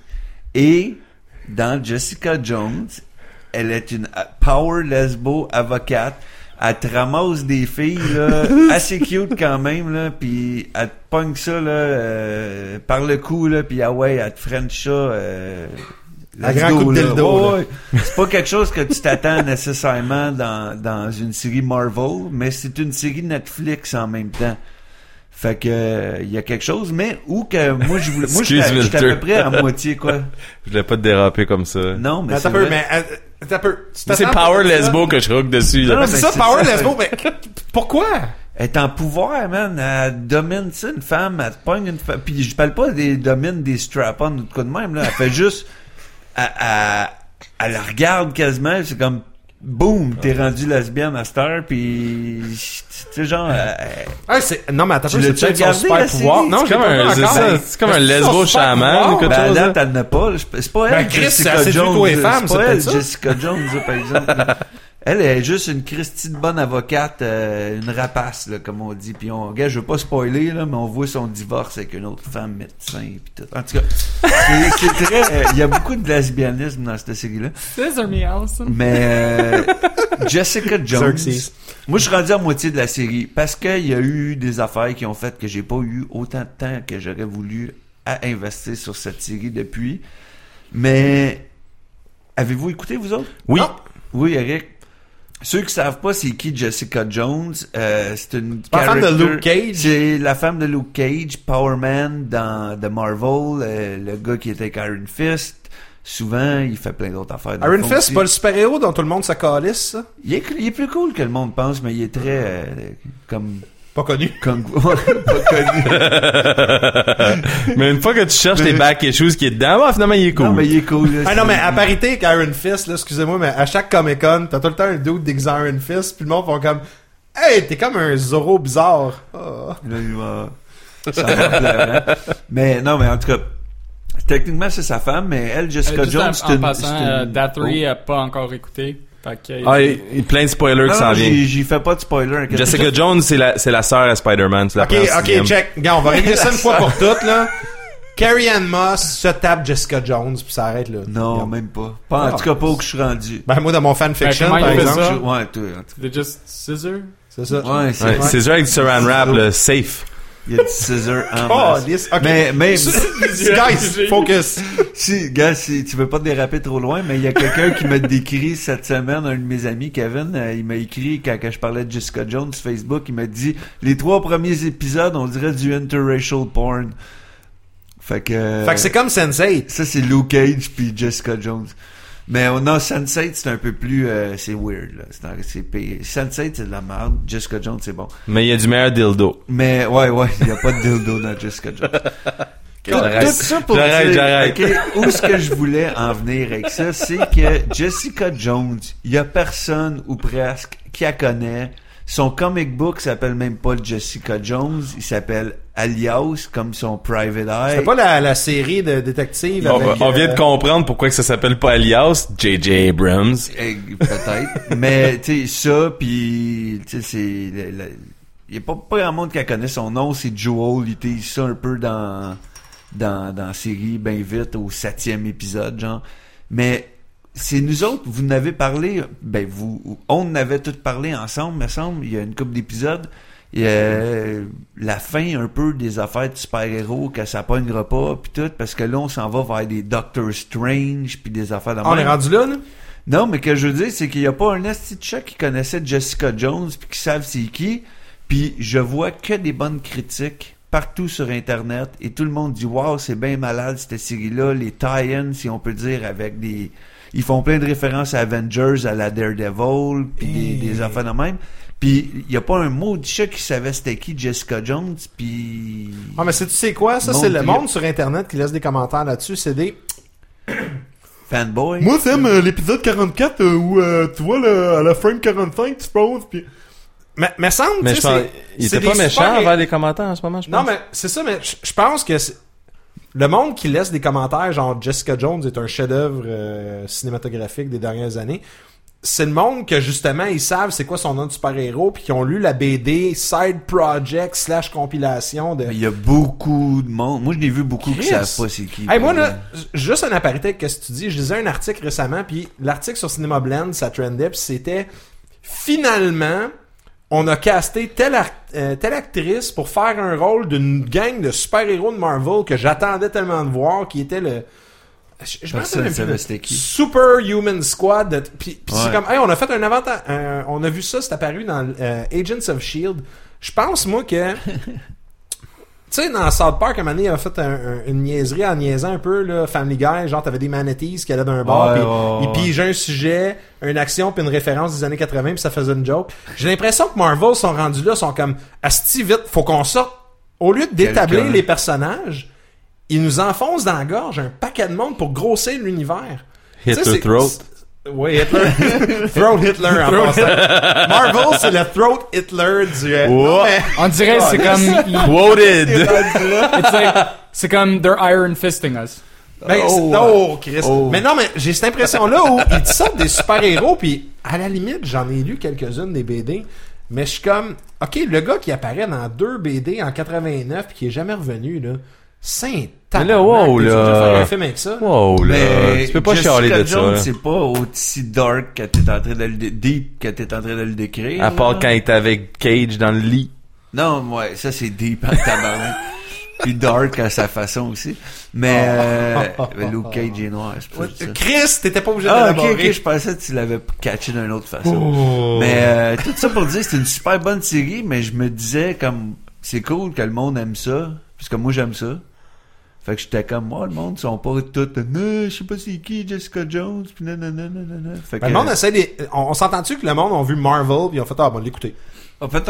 et dans Jessica Jones, elle est une euh, power lesbo avocate. Elle te ramasse des filles là, assez cute quand même là, puis elle te pogne ça là euh, par le cou là, puis ah ouais, elle te french ça. Euh, À let's grand go, coup de là. dildo, Ouais, là. ouais. C'est pas quelque chose que tu t'attends nécessairement dans dans une série Marvel, mais c'est une série Netflix en même temps. Fait que euh, il y a quelque chose, mais où que moi je voulais, moi Excuse, j'étais j'étais à Milter. peu près à moitié quoi. Je voulais pas te déraper comme ça. Non, mais Mais c'est attends un peu, vrai. mais euh, attends un peu. Tu Mais c'est t'attends Power pas à ça? Lesbo que je rock dessus. Non, Là. non, c'est mais ça, c'est Power ça, lesbo, mais pourquoi? Elle est en pouvoir, man. Elle domine ça, une femme. Elle te pogne une femme. Puis je parle pas des domine des strap-on ou de quoi de même, là. Elle fait juste... Elle, elle, elle la regarde quasiment. C'est comme... Boum! T'es rendu lesbienne à cette heure. Puis... Tu sais, genre... elle- Ah, c'est... Non, mais attends, Tu un peu, l'as c'est peut-être déjà son regardé, super la pouvoir. série? Non, C'est j'ai comme pas un, vu c'est encore. ça, Ben, c'est comme un c'est son lesbo super chaman pouvoir. ou quelque Ben, à chose. date, là. elle n'a pas. C'est pas elle, Ben, Chris, Jessica c'est assez Jones. vu toi et femmes, c'est c'est pas peut-être elle, ça. Jessica Jones, là, par exemple. Elle est juste une Christie de bonne avocate, euh, une rapace, là, comme on dit. Puis on, gars, je veux pas spoiler, là, mais on voit son divorce avec une autre femme médecin, puis tout. En tout cas, c'est, c'est très, euh, il y a beaucoup de lesbianisme dans cette série-là. Scissor me, Allison. Mais euh, Jessica Jones, Xerxes. moi je suis rendu à moitié de la série parce qu'il y a eu des affaires qui ont fait que j'ai pas eu autant de temps que j'aurais voulu à investir sur cette série depuis. Mais avez-vous écouté vous autres? Oui. Non. Oui, Eric. Ceux qui savent pas c'est qui Jessica Jones, euh, c'est une La femme de character- Luke Cage. C'est la femme de Luke Cage, Power Man dans The Marvel, euh, le gars qui était avec Iron Fist. Souvent, il fait plein d'autres affaires. dans le Iron fond Fist, aussi. c'est pas le super-héros dont tout le monde se calisse, ça? Il est, il est plus cool que le monde pense, mais il est très euh, comme Pas Pas connu. Kung Fu. Pas connu. Mais une fois que tu cherches les back issues qui est dedans, bah, finalement, il est cool. Non, mais il est cool, là. Ah non, mais à parité avec Iron Fist, là, excusez-moi, mais à chaque Comic-Con, t'as tout le temps un dude déguisé en Iron Fist, puis le monde font comme, hey, t'es comme un Zorro bizarre. Oh. Là, il va... Ça va pleurer. Mais non, mais en tout cas, techniquement, c'est sa femme, mais elle, Jessica Euh, juste Jones, en, c'est en une... passant, c'est une- euh, Datry Oh. a pas encore écouté. Fait que, Ah, il il y a plein de spoilers Non, qui s'en non, viennent. j'y j'y fais pas de spoiler. Jessica Jones, c'est la, c'est la sœur à Spider-Man. C'est la Ok, première ok, sixième. check. Regarde, on va régler ça une fois pour toutes, là. Carrie-Anne Moss se tape Jessica Jones, puis ça arrête, là. Non, Regarde. même pas. Pas en Ah. tout cas pas où je suis rendu. Ben, moi, dans mon fanfiction, Ben, comment par il fait exemple. ça? Je- Ouais, toi, en tout They just scissor? C'est ça. cas. Ouais, c'est Ouais, ouais. c'est sûr avec du saran wrap, là, safe. Il y a du scissor en Oh, masse. lisse. Ok. Mais, mais, Guys, focus. si, gars, si tu veux pas te déraper trop loin, mais il y a quelqu'un qui m'a décrit cette semaine, un de mes amis, Kevin, euh, il m'a écrit quand, quand je parlais de Jessica Jones sur Facebook, il m'a dit, les trois premiers épisodes, on dirait du interracial porn. Fait que, euh, Fait que c'est comme Sense eight. ça c'est Luke Cage puis Jessica Jones. Mais on a Sense eight, c'est un peu plus, euh, c'est weird, là. C'est, un- c'est pire. Sense eight, c'est de la merde. Jessica Jones, c'est bon. Mais il y a du meilleur dildo. Mais, ouais, ouais, il y a pas de dildo dans Jessica Jones. Tout, J'arrête. tout ça pour J'arrête, dire, j'arrête. ok, où est-ce que je voulais en venir avec ça, c'est que Jessica Jones, il y a personne ou presque qui la connaît. Son comic book s'appelle même pas Jessica Jones, il s'appelle Alias, comme son Private Eye. C'était pas la, la série de détectives On, avec, on vient de euh, comprendre pourquoi que ça s'appelle pas Alias, J J Abrams. Eh, peut-être. Mais, tu sais, ça, puis tu sais, c'est... le- le- il y a pas, pas grand monde qui connaît son nom, c'est Joel, il était ça un peu dans... dans, dans la série, ben vite, au septième épisode, genre. Mais c'est nous autres, vous n'avez parlé, ben vous, on en avait tous parlé ensemble, me semble, il y a une couple d'épisodes, et, euh, la fin un peu des affaires de super-héros, que ça pognera pas, pis tout, parce que là, on s'en va vers des Doctor Strange, puis des affaires de On est même. rendu là, là? Non, mais que je veux dire, c'est qu'il y a pas un esti de chat qui connaissait Jessica Jones, puis qui savent c'est qui, puis je vois que des bonnes critiques partout sur Internet, et tout le monde dit « Wow, c'est bien malade, cette série-là, les tie-ins, si on peut dire, avec des... » Ils font plein de références à Avengers, à la Daredevil, puis des, des affaires de même. Puis il y a pas un mot de chat qui savait c'était qui Jessica Jones, puis... Ah, mais c'est, tu sais quoi? Ça, Monde c'est le qui- monde sur Internet qui laisse des commentaires là-dessus. C'est des... Fanboy. Moi, j'aime euh, l'épisode quarante-quatre euh, où, euh, tu vois, le, à la frame quarante-cinq, tu poses, puis... Mais, mais semble, Mais tu je sais, pense, c'est- il c'est était pas des méchant super- envers les commentaires en ce moment, je pense. Non, mais c'est ça, mais je je pense que c'est... le monde qui laisse des commentaires, genre Jessica Jones est un chef-d'œuvre euh, cinématographique des dernières années, c'est le monde que justement ils savent c'est quoi son nom de super-héros, puis qui ont lu la B D side project slash compilation de... Il y a beaucoup de monde. Moi, je n'ai vu beaucoup qui Chris. savent pas c'est qui. Hey, moi, là, j- juste un aparté avec ce que tu dis, je lisais un article récemment, puis l'article sur Cinema Blend, ça trendait, puis c'était finalement, on a casté telle, ar- euh, telle actrice pour faire un rôle d'une gang de super-héros de Marvel que j'attendais tellement de voir, qui était le... Je, je me Personne rappelle même savait plus de- c'était qui. Super Human Squad. de- Puis, puis c'est Ouais. comme, hey, on a fait un avantage. On a vu ça, c'est apparu dans euh, Agents of Shield. Je pense, moi, que... Tu sais, dans South Park, à un moment donné, il a fait un- un- une niaiserie en niaisant un peu, là, Family Guy, genre, t'avais des manatees qui allaient d'un bar, Ouais, puis ouais, ils ouais. pigeaient un sujet, une action, puis une référence des années quatre-vingts, puis ça faisait une joke. J'ai l'impression que Marvel sont rendus là, sont comme, asti vite, faut qu'on sorte, au lieu d'établir Quelqu'un. les personnages, ils nous enfoncent dans la gorge un paquet de monde pour grossir l'univers. Tu sais, Hitler c'est- Throat. Oui, Hitler. Throat Hitler en passant. Marvel, c'est le Throat Hitler du... euh, non, Oh. mais- On dirait que c'est comme... Quoted! It's like, c'est comme they're iron fisting us. Ben, Oh. c'est- oh, Christ. Oh. Mais non, mais j'ai cette impression-là où ils te sortent des super-héros, puis à la limite, j'en ai lu quelques-unes des B D, mais je suis comme, OK, le gars qui apparaît dans deux B D en quatre-vingt-neuf puis qui est jamais revenu, là, c'est Mais là, wow, là. faire un film avec ça? Wow, là. Mais Tu peux pas Jessica chialer de Jones, ça, là. c'est pas aussi dark que t'es en train de le dé- deep que t'es en train de le décrire. À part là. quand il était avec Cage dans le lit. Non, ouais, ça c'est deep en tabarnak. Puis dark à sa façon aussi. Mais euh, Luke Cage est noir, c'est pas Ouais, ça. Chris, t'étais pas obligé Ah, ok, d'élaborer. ok, je pensais que tu l'avais catché d'une autre façon. Oh. Mais euh, tout ça pour dire, c'est une super bonne série, mais je me disais comme, c'est cool que le monde aime ça, puisque moi j'aime ça. Fait que j'étais comme, moi, le monde, ils sont pas tous, non, je sais pas c'est qui, Jessica Jones, pis non, non, non, non, non, non. Fait que, Ben, le monde essaie des... On, on s'entend-tu que le monde a vu Marvel, puis ils ont fait, ah, bon, l'écouter. ah, peut-être,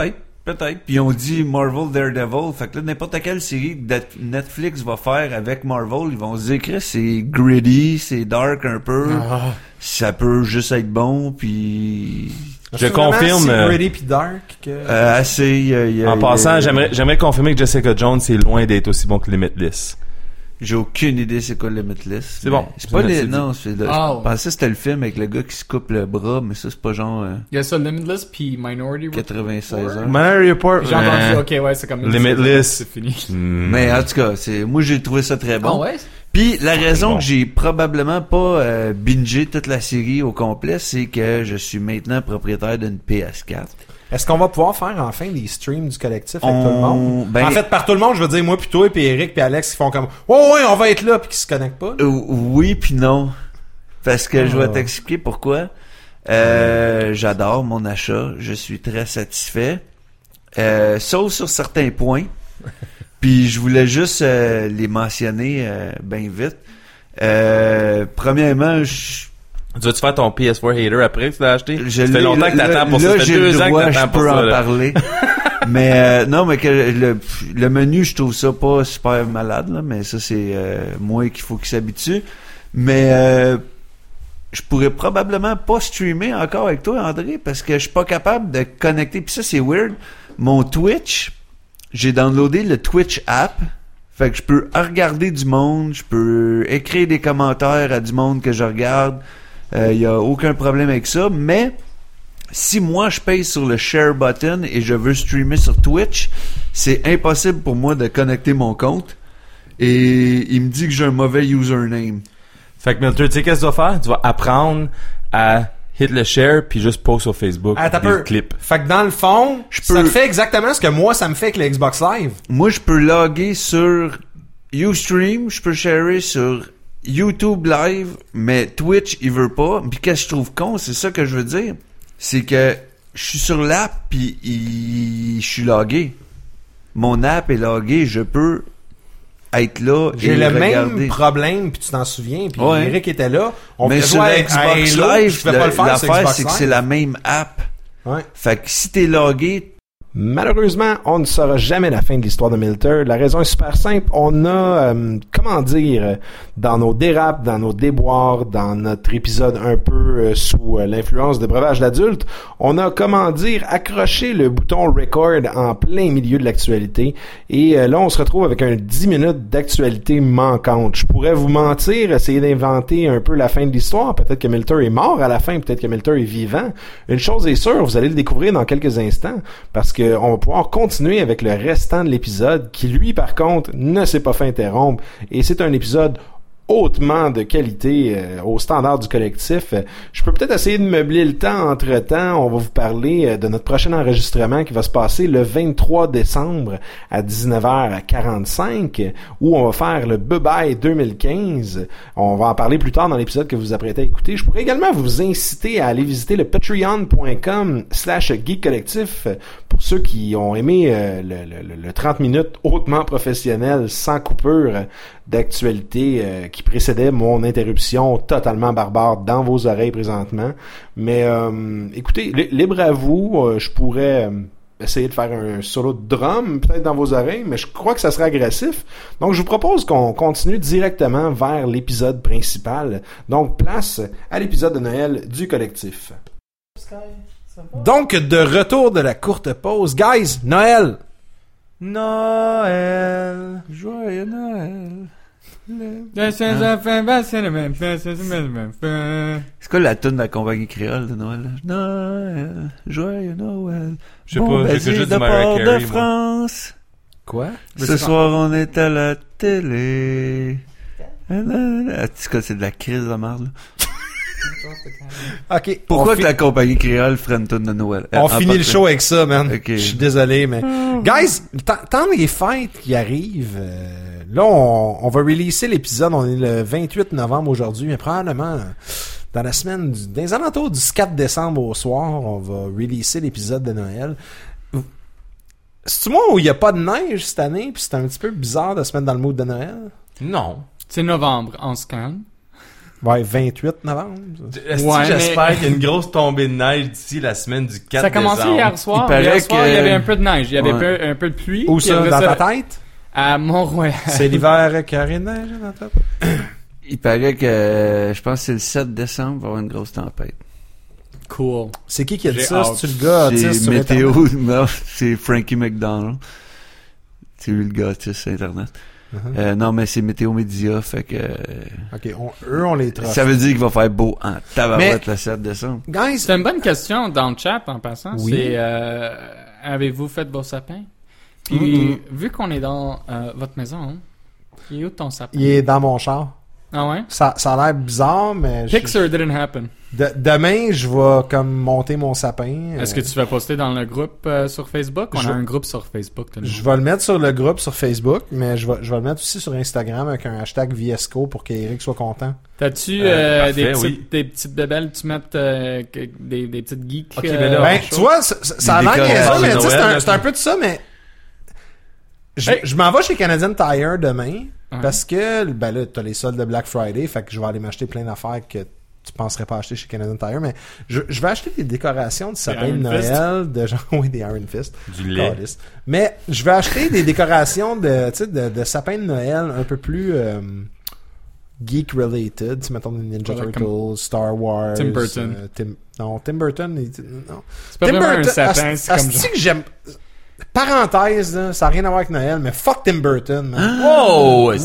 Peut-être. Puis ils ont dit Marvel Daredevil. Fait que là, n'importe quelle série que Netflix va faire avec Marvel, ils vont se dire que c'est gritty, c'est dark un peu. Ah. Ça peut juste être bon, puis... Je confirme. C'est euh, gritty pis dark que... Euh, assez... y a- y a- En y a- passant, j'aimerais, j'aimerais confirmer que Jessica Jones c'est loin d'être aussi bon que Limitless. J'ai aucune idée c'est quoi Limitless. C'est bon. C'est pas Je les... l'ai Non, c'est... Le... Ah, Je ouais. pensais que c'était le film avec le gars qui se coupe le bras, mais ça, c'est pas genre... euh, Il y a ça, Limitless puis Minority Report. quatre-vingt-seize heures. Minority Report. J'ai entendu, ok, ouais, c'est comme... Limitless. C'est fini. Hmm. Mais en tout cas, c'est moi j'ai trouvé ça très bon. Ah ouais? Puis la raison bon. que j'ai probablement pas euh, bingé toute la série au complet, c'est que je suis maintenant propriétaire d'une P S quatre. Est-ce qu'on va pouvoir faire enfin des streams du collectif avec On- tout le monde? ben- En fait, par tout le monde, je veux dire moi, puis toi, puis Eric, puis Alex, qui font comme « Ouais, ouais, on va être là », puis qui se connectent pas. là. Euh, oui puis non. Parce que je vais Ah. t'expliquer pourquoi. Euh, j'adore mon achat, je suis très satisfait. Euh, sauf sur certains points. Puis je voulais juste euh, les mentionner euh, bien vite. Euh, premièrement, je Tu vas-tu faire ton P S quatre hater après que tu l'as acheté? Je ça fait l'ai- longtemps que là- t'attends pour là, ça. Ça fait j'ai le deux ans droit, que t'attends je pour peux ça. en là. parler. mais euh, non, mais que le, le menu, je trouve ça pas super malade, là, mais ça, c'est euh, moi qu'il faut qu'il s'habitue. Mais euh, je pourrais probablement pas streamer encore avec toi, André, parce que je suis pas capable de connecter. Puis ça, c'est weird. Mon Twitch, j'ai downloadé le Twitch app. Fait que je peux regarder du monde, je peux écrire des commentaires à du monde que je regarde. Il euh, y a aucun problème avec ça. Mais si moi je paye sur le share button et je veux streamer sur Twitch, c'est impossible pour moi de connecter mon compte. Et il me dit que j'ai un mauvais username. Fait que Milter, tu sais qu'est-ce que tu vas faire? Tu vas apprendre à hit le share puis juste post sur Facebook Ah, t'as des peu. clips. Fait que dans le fond, Je ça peux- te fait exactement ce que moi, ça me fait avec le Xbox Live. Moi, je peux loguer sur Ustream, je peux sharer sur YouTube Live, mais Twitch, il veut pas. Puis qu'est-ce que je trouve con, c'est ça que je veux dire. C'est que je suis sur l'app, puis il... je suis logué. Mon app est logué, je peux être là J'ai et le regarder. même problème, puis tu t'en souviens, puis Ouais. Eric était là. On Mais fait sur jouer à- Xbox à Halo, Live, je pouvais pas le faire sur l'affaire, Xbox c'est que Live. c'est la même app. Ouais. Fait que si t'es logué, Malheureusement, on ne saura jamais la fin de l'histoire de Milter. La raison est super simple. On a, euh, comment dire, dans nos dérapes, dans nos déboires, dans notre épisode un peu euh, sous euh, l'influence de breuvage d'adulte, on a, comment dire, accroché le bouton record en plein milieu de l'actualité. Et euh, là, on se retrouve avec un dix minutes d'actualité manquante. Je pourrais vous mentir, essayer d'inventer un peu la fin de l'histoire. Peut-être que Milter est mort à la fin, peut-être que Milter est vivant. Une chose est sûre, vous allez le découvrir dans quelques instants, parce que on va pouvoir continuer avec le restant de l'épisode, qui lui, par contre, ne s'est pas fait interrompre. Et c'est un épisode hautement de qualité euh, au standard du collectif. Euh, je peux peut-être essayer de meubler le temps entre-temps. On va vous parler euh, de notre prochain enregistrement qui va se passer le vingt-trois décembre à dix-neuf heures quarante-cinq, où on va faire le Bye-Bye deux mille quinze. On va en parler plus tard dans l'épisode que vous vous apprêtez à écouter. Je pourrais également vous inciter à aller visiter le patreon.com slash geek collectif pour ceux qui ont aimé euh, le, le, le trente minutes hautement professionnel, sans coupure, euh, d'actualité euh, qui précédait mon interruption totalement barbare dans vos oreilles présentement. Mais euh, écoutez, li- libre à vous, euh, je pourrais euh, essayer de faire un solo de drum peut-être dans vos oreilles, mais je crois que ça serait agressif. Donc je vous propose qu'on continue directement vers l'épisode principal. Donc place à l'épisode de Noël du collectif. Donc de retour de la courte pause, guys, Noël. Noël. joyeux Noël. C'est quoi la tune de la compagnie créole de Noël? Noël, joyeux Noël. Je sais pas, j'ai que juste de du Mariah Port Carey, de moi. France. Quoi? Ce soir, on est à la télé. Ah, en tout cas, c'est de la crise de merde, là. Ok. Pourquoi on que fi- la compagnie créole ferait une tune de Noël? On En finit le partant. show avec ça, man. Ok. Je suis désolé, mais... Guys, tant tant les fêtes qui arrivent, euh, là, on, on va releaser l'épisode, on est le vingt-huit novembre aujourd'hui, mais probablement euh, dans la semaine, du, dans les alentours du quatre décembre au soir, on va releaser l'épisode de Noël. C'est-tu moi où il n'y a pas de neige cette année, puis c'est un petit peu bizarre de se mettre dans le mood de Noël? Non. C'est novembre, on se calme. Ouais, vingt-huit novembre. Est-ce Ouais, que j'espère mais- qu'il y a une grosse tombée de neige d'ici la semaine du quatre Ça a commencé décembre. hier soir. Il paraît hier soir, que- il y avait un peu de neige. Il y avait Ouais. peu- un peu de pluie. Où puis ça, après dans ta tête? À Mont-Royal. C'est l'hiver carré de neige dans ta tête? Il paraît que, euh, je pense que c'est le sept décembre, il va y avoir une grosse tempête. Cool. C'est qui qui a dit J'ai ça? hâte. C'est-tu le gars autiste C'est sur météo, Internet? non, c'est Frankie McDonald. C'est lui le gars autiste sur Internet. Uh-huh. Euh, non, mais c'est Météo Média, fait que, euh, Ok, on- eux, on les trace. ça veut dire qu'il va faire beau en tabarouette le sept décembre. Guys, C'est une bonne question dans le chat en passant. Oui. C'est euh, avez-vous fait vos sapins? Puis Mm-mm. vu qu'on est dans euh, votre maison, il est où ton sapin? il est dans mon char. Ah ouais? Ça, ça a l'air bizarre, mais je- Pixar didn't happen. de- demain, je vais comme monter mon sapin. Est-ce euh, que tu vas poster dans le groupe euh, sur Facebook? On Je- a un groupe sur Facebook. tout le Je monde. vais le mettre sur le groupe sur Facebook, mais je vais, je vais le mettre aussi sur Instagram avec un hashtag Viesco pour qu'Eric soit content. T'as-tu Euh, euh, parfait, des, petites, oui. des petites bébelles tu mets euh, que- des, des petites geeks? Ok, euh, mais là, Ben, en tu show? vois, ça, ça- ça a Des l'air décorations niaiseux, mais de tu sais, c'est Noël, un, c'est un peu de ça, mais je, Hey. je m'en vais chez Canadian Tire demain Ouais. parce que, ben là, t'as les soldes de Black Friday, fait que je vais aller m'acheter plein d'affaires que tu penserais pas acheter chez Canadian Tire, mais je, je vais acheter des décorations de sapin de Iron Fist. Noël, de genre, oui, des Iron Fist. Du lait. Calisse. Mais je vais acheter des décorations de, tu sais, de, de sapin de Noël un peu plus euh, geek related, tu sais, mettons des Ninja Ouais, Turtles, comme Star Wars, Tim Burton. euh, Tim, non, Tim Burton, il- non. C'est pas Tim vraiment un Burton, sapin, asti- c'est comme asti genre... que j'aime. Parenthèse, là, ça n'a rien à voir avec Noël, mais fuck Tim Burton, man. Wow! Wow!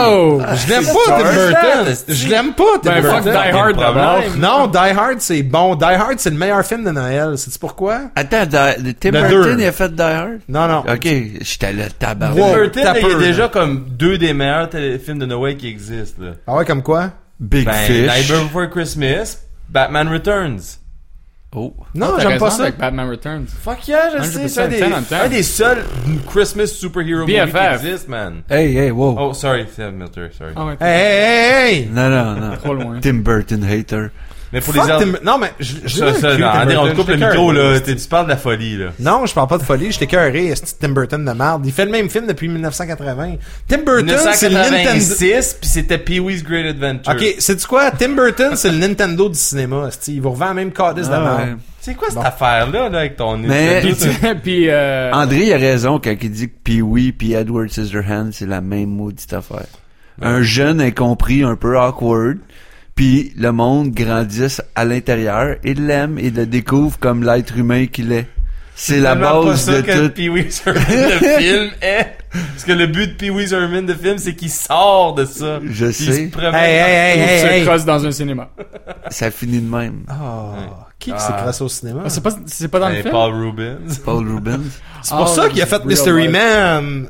Je l'aime pas, Tim Burton. Je l'aime pas, Tim Ben, fuck Burton. Die Hard d'abord. Non, Die Hard, c'est bon. Die Hard, c'est le meilleur film de Noël. Sais-tu pourquoi? Attends, Die- Tim Le Burton, deux. il a fait Die Hard? Non, non. Ok, j'étais là, Wow. tabarouette. Tim Burton, t'as là, il est peur, déjà là. comme deux des meilleurs téléfilms de Noël qui existent. Là. Ah ouais, comme quoi? Big Ben, Fish. Nightmare Before Christmas, Batman Returns. Oh. Non, T'as j'aime raison pas ça. avec Batman Returns. Fuck yeah, je Un sais, jeu c'est un de des, temps en temps. un des seuls Christmas superhero B movies F F. qui existent, man. Hey, hey, wow. Oh, sorry, c'est Milter, sorry. Ah ouais, Hey, hey, hey, hey! Non, non, non. trop loin. Tim Burton hater. Mais pour Fuck les autres... Tim- Non, mais je, je Ça, l'ai ça, vécu, non, Tim André, on Burton. te coupe le J'étais micro, cœur. là. T'es- Tu parles de la folie, là. Non, je parle pas de folie, j'étais cœuré, c'est Tim Burton de merde. Il fait le même film depuis dix-neuf cent quatre-vingts. Tim Burton, c'est le Nintendo... dix-neuf cent quatre-vingt-six, puis c'était Pee-wee's Great Adventure. Ok, sais-tu quoi? Tim Burton, c'est le Nintendo du cinéma, esti. Il vous revend la même calice de Ah, merde. ouais. C'est quoi cette Bon. affaire-là, là, avec ton Mais- Nintendo? Puis, euh, André, il a raison quand il dit que Pee-wee puis Edward Scissorhands, c'est la même maudite affaire. Un jeune incompris, un peu awkward, puis le monde grandisse à l'intérieur et l'aime et le découvre comme l'être humain qu'il est. C'est la tellement pas base ça de que tout. Pee-wee's Herman de film est. Parce que le but de Pee-wee's Herman de film, c'est qu'il sort de ça. Je Puis il sais. se promène Hey, hey, il hey, se hey, hey! crosse dans un cinéma. Ça finit de même. Oh, qui qui Ah. s'est crassé au cinéma? Ah, c'est pas, c'est pas dans le Hey, film? Paul Rubens. Paul Rubens. C'est pour Oh, ça qu'il a fait real Mystery life. Man.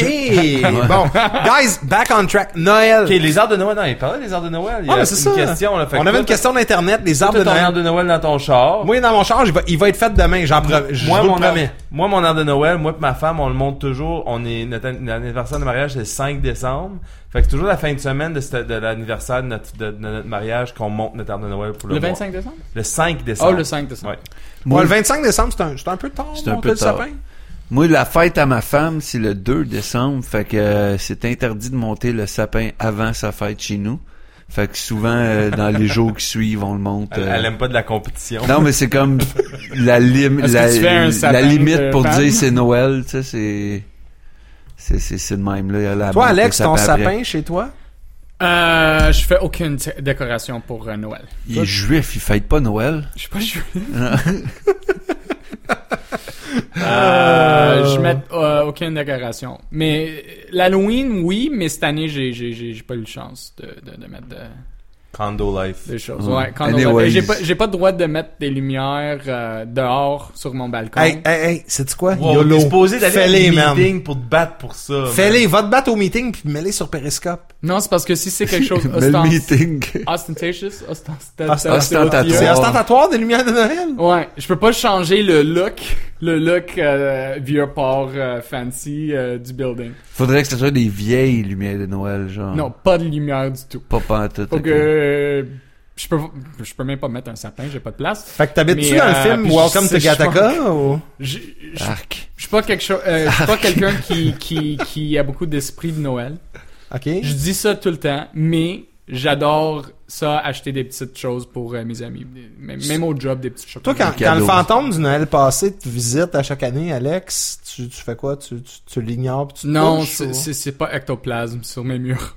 OK. Bon. Guys, back on track. Noël. Ok, les arbres de Noël, non, il parlait des arbres de Noël. Il y Ah, a mais c'est une ça. question, là. Fait On que avait toi, une question d'Internet, les Toi, arbres t'as de ton Noël. arbre de Noël dans ton char. Moi, dans mon char, il va, il va être fait demain. J'en pre- je moi, vous le mon arbre, promets. moi, mon arbre de Noël, moi et ma femme, on le monte toujours. On est, notre an- l'anniversaire de mariage, c'est le cinq décembre. Fait que c'est toujours la fin de semaine de, cette- de l'anniversaire de notre, de, de notre mariage qu'on monte notre arbre de Noël pour le, Le voir. vingt-cinq décembre? Le cinq décembre. Oh, le cinq décembre. Ouais. Moi, le vingt-cinq décembre, c'est un, c'est un peu tard. C'est un monter peu le tard. sapin. Moi, la fête à ma femme, c'est le deux décembre. Fait que euh, c'est interdit de monter le sapin avant sa fête chez nous. Fait que souvent, euh, dans les jours qui suivent, on le monte. Elle, euh, elle aime pas de la compétition. Non, mais c'est comme la, lim- Est-ce que la, tu fais un sapin la limite de pour femme? dire c'est Noël, tu sais, c'est... C'est, c'est, c'est le même, là. il y a la Toi, monte Alex, le ton après. sapin chez toi? Euh, je fais aucune t- décoration pour euh, Noël. Il est juif, il fête pas Noël. Je suis pas juif. Euh, je mets euh, aucune décoration. Mais l'Halloween, oui, mais cette année, j'ai j'ai j'ai j'ai pas eu de chance de de, de mettre de, Condo life. des choses. Mm. Ouais, quand on Anyways. va- j'ai pas j'ai pas le droit de mettre des lumières euh, dehors sur mon balcon. Hey, hey, hey, sais-tu quoi? Wow, YOLO. t'es supposé d'aller à Fais-les, un man. meeting pour te battre pour ça. man. Fais-les, va te battre au meeting puis mets-les sur Periscope. Non, c'est parce que si c'est quelque chose Mais le ostent- meeting. ostentatious, ostent- Ostentatoire. C'est Ouais. ostentatoire des lumières de Noël? Ouais, je peux pas changer le look, le look euh, vieux port euh, fancy euh, du building. Faudrait que ce soit des vieilles lumières de Noël, genre. Non, pas de lumière du tout. Pas pantoute. Faut ok. que euh, je peux je peux même pas mettre un sapin, j'ai pas de place. Fait que t'habites-tu Mais, dans le euh, film puis Welcome je to sais- je Gattaca ou? Je je- Arc. je suis pas quelque chose euh, je suis pas quelqu'un qui qui qui a beaucoup d'esprit de Noël. OK. Je dis ça tout le temps, mais j'adore ça, acheter des petites choses pour euh, mes amis. Même, même au job, des petites choses. Toi, quand, quand le fantôme du Noël passé te visite à chaque année, Alex, tu, tu fais quoi? Tu, tu, tu l'ignores pis tu te Non, couches, c'est, ou... c'est, c'est pas ectoplasme sur mes murs.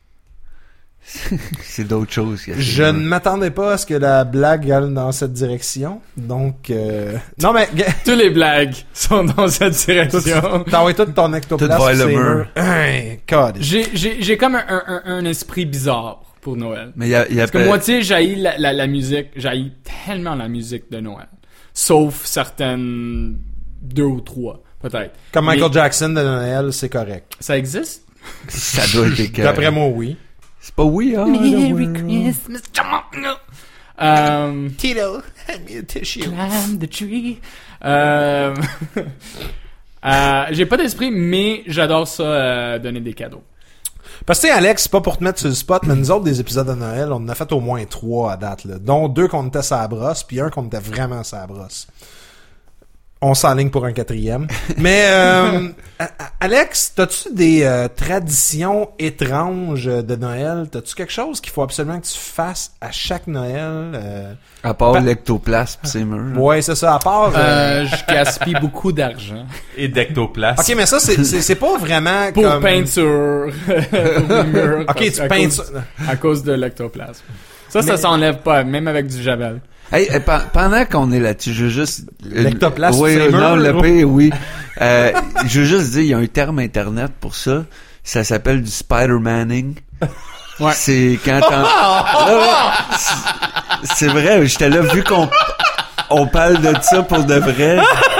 C'est d'autres choses. Que Je ne m'attendais pas à ce que la blague aille dans cette direction. Donc, euh... non, mais, Tous les blagues sont dans cette direction. t'as envoyé tout ton ectoplasme. Tout voir le sur les mur. murs. Hein, God. J'ai, j'ai, j'ai comme un, un, un esprit bizarre pour Noël. Mais il y a, il y a Parce que pas- moi, tu sais, j'haïs la, la, la musique, j'haïs tellement la musique de Noël. Sauf certaines deux ou trois, peut-être. Comme Michael Mais Jackson de Noël, c'est correct. ça existe? ça doit être écœurant. D'après moi, oui. C'est pas oui, hein? Merry Christmas, no. Um, Tito, hand me a tissue. climb the tree. Euh, euh, j'ai pas d'esprit, mais j'adore ça, euh, donner des cadeaux. Parce que, tu sais, Alex, c'est pas pour te mettre sur le spot, mais nous autres, des épisodes de Noël, on en a fait au moins trois à date, là. Dont deux qu'on était sur la brosse, puis un qu'on était vraiment sur la brosse. On s'enligne pour un quatrième. Mais, euh, A- A- Alex, t'as-tu des euh, traditions étranges de Noël? T'as-tu quelque chose qu'il faut absolument que tu fasses à chaque Noël? Euh... À part Pa- l'ectoplasme, c'est murs. Ouais, c'est ça, à part... euh, Euh, je gaspille beaucoup d'argent Et d'ectoplasme. Ok, mais ça, c'est, c'est, c'est pas vraiment pour comme... peinture pour mes murs. Ok, parce- tu à peins... cause- à cause de l'ectoplasme. Ça, ça Mais- s'enlève pas, même avec du javel. Hey, eh, pe- pendant qu'on est là-dessus, je veux juste... euh, L'ectoplasme, oui, c'est non, murs, le ou- pire, oui. Euh, je veux juste dire, il y a un terme internet pour ça. Ça s'appelle du Spider-Manning. Ouais. C'est quand t'en... Là, là, c'est- c'est vrai, j'étais là, vu qu'on on parle de ça pour de vrai.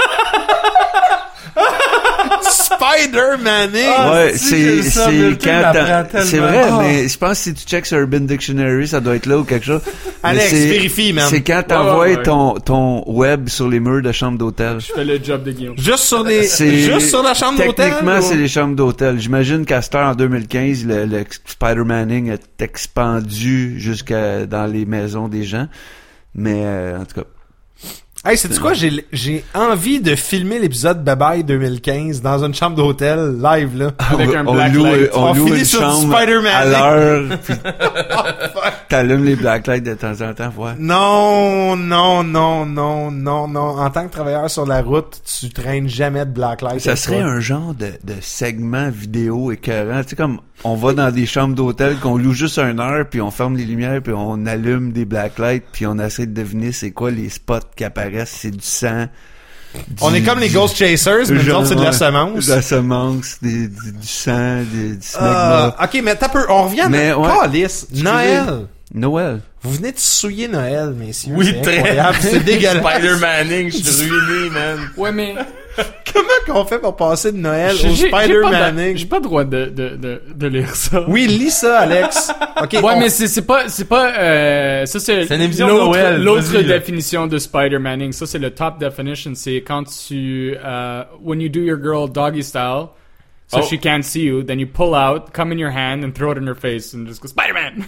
Spider-Manning! ouais, si, c'est, j'ai ça, c'est Milton quand l'apprend t'en... C'est tellement. vrai, Ah. mais je pense que si tu checks sur Urban Dictionary, ça doit être là ou quelque chose. Mais Alex, c'est- vérifie, man. C'est quand t'envoies Ouais, ouais, ouais. ton, ton web sur les murs de chambre d'hôtel. Je fais le job de Guillaume. Juste sur les, C'est- juste sur la chambre d'hôtel? Techniquement, ou- c'est les chambres d'hôtel. J'imagine qu'à cette heure, en deux mille quinze, le, le Spider-Manning est expandu jusqu'à dans les maisons des gens. Mais mais en tout cas. Hey, sais-tu quoi? J'ai, j'ai envie de filmer l'épisode Bye Bye deux mille quinze dans une chambre d'hôtel, live, là. Avec on, un on black loue, light. on On loue finit une sur du chambre Spider-Man. à l'heure, puis t'allumes les blacklights de temps en temps, voir. Non, non, non, non, non, non. En tant que travailleur sur la route, tu traînes jamais de blacklight. Ça avec serait toi. un genre de, de segment vidéo écœurant. Tu sais, comme on va dans des chambres d'hôtel qu'on loue juste une heure, puis on ferme les lumières, puis on allume des blacklights, puis on essaie de deviner c'est quoi les spots qui apparaissent. C'est du sang. On du- est comme les du- Ghost Chasers, mais nous genre, autres, c'est de la ouais, semence. De la semence, des- du, du sang, des, du Euh, smegma. ok, mais t'as peu, on revient Mais, à ouais. notre calice. Noël. Noël. Vous venez de souiller Noël, messieurs. Oui, c'est très. incroyable. C'est dégueulasse. Spider-Manning, je suis ruiné, man. Ouais, mais Comment qu'on fait pour passer de Noël j'ai, au j'ai pas, de- Spider-Manning? j'ai pas le droit de, de, de, de lire ça. Oui, lis ça, Alex. Ok. Ouais, on- mais c'est, c'est pas, c'est pas, euh, ça c'est, C'est une émission de l'autre, Noël, l'autre vas-y, là. définition de Spider-Manning. Ça c'est le top definition. C'est quand tu, euh, when you do your girl doggy style, so Oh. she can't see you, then you pull out, come in your hand and throw it in her face and just go, Spider-Man!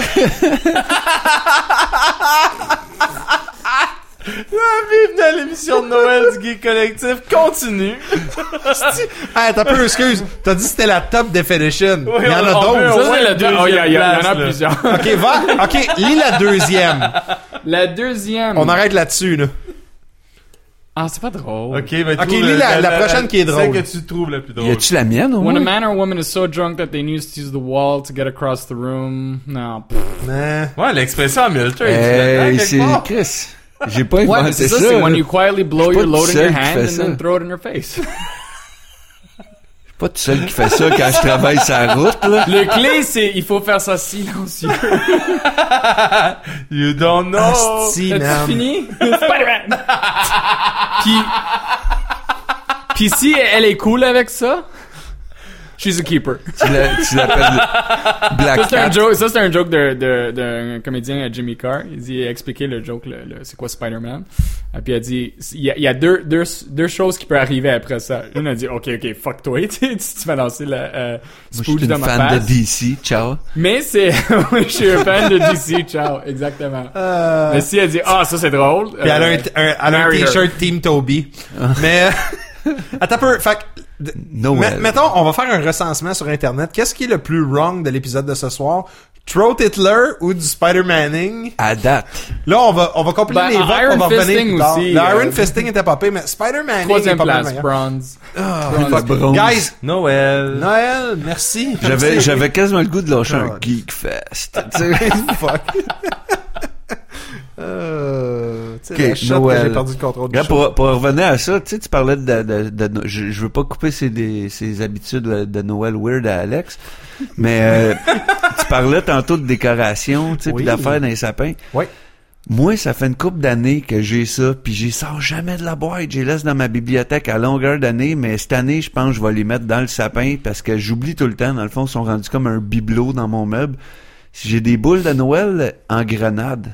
Bienvenue à l'émission de Noël du Geek Collectif. Continue. Hey, t'as peu, excuse. T'as dit que c'était la top definition. Oui, Il y en a on- on peut- d'autres. Ça ouais, c'est le deuxième oh, il y, a- il y a- il y en place, a là. plusieurs. Ok, va. Ok, lis la deuxième. La deuxième. On arrête là-dessus, là. Ah, c'est pas drôle. Ok, mais Ok, trouve lis le- la- la prochaine qui est drôle. Celle que tu trouves la plus drôle. Y a-tu la mienne, au When a moins? man or woman is so drunk that they need to use the wall to get across the room. Non. pff. Nah. Ouais, l'expression Hamilton. Hey, c'est Chris. J'ai pas Ouais, mais inventé c'est ça, ça. c'est when là. you quietly blow Je suis your pas load tout in your seul qui hand fais and ça. then throw it in your face. Pas tout seul qui fait ça quand je travaille sur la route, là. Le clé, c'est il faut faire ça silencieux. You don't know. Asti, As-tu man. fini? Spider-Man! Puis, puis si elle est cool avec ça, she's a keeper. Tu l'a- tu l'appelles Black Ça, c'est un Cat. joke, ça, c'est un joke de, de, d'un comédien, Jimmy Carr. Il dit, il a expliqué le joke, le, le- c'est quoi Spider-Man. Et puis il a dit, il y a, il y a deux, deux, deux choses qui peuvent arriver après ça. Une a dit, ok, ok, fuck toi, tu sais, tu vas lancer la, euh, Moi, je spooge suis dans une ma fan de face. D C. Ciao. Mais c'est, oui, je suis un fan de D C, ciao, exactement. Euh, Mais si elle dit, ah, ça c'est drôle. Puis elle a un, euh, t- un- elle a un marry her. t-shirt Team Toby. Mais, attends un peu. Fait que, d- Noël. met- mettons, on va faire un recensement sur Internet. Qu'est-ce qui est le plus wrong de l'épisode de ce soir? Throat Hitler ou du Spider-Manning. À date. Là, on va, on va compiler Ben, les votes, Iron on va revenir Fisting plus tard. aussi, Le euh, Iron Fisting était pas pire, mais Spider-Manning est Troisième pas mal place, meilleur. bronze. Ah, Bronze. fuck. Bronze. Guys, Noël. Noël, merci. J'avais, Merci. j'avais quasiment le goût de lâcher Ah, un Geek Fest. Tu sais. Fuck. euh, tu sais, Ok, la shot Noël. que j'ai perdu le contrôle du Regarde, show. pour, pour revenir à ça, tu sais, tu parlais de, de, de, de- je, je veux pas couper ses, des, ses habitudes de, de Noël weird à Alex, mais euh, tu parlais tantôt de décoration, tu sais, Oui. puis d'affaires dans les sapins. Oui. Moi, ça fait une couple d'années que j'ai ça, puis j'y sors jamais de la boîte. J'ai laisse dans ma bibliothèque à longueur d'année, mais cette année, je pense que je vais les mettre dans le sapin parce que j'oublie tout le temps. Dans le fond, ils sont rendus comme un bibelot dans mon meuble. Si j'ai des boules de Noël en grenade.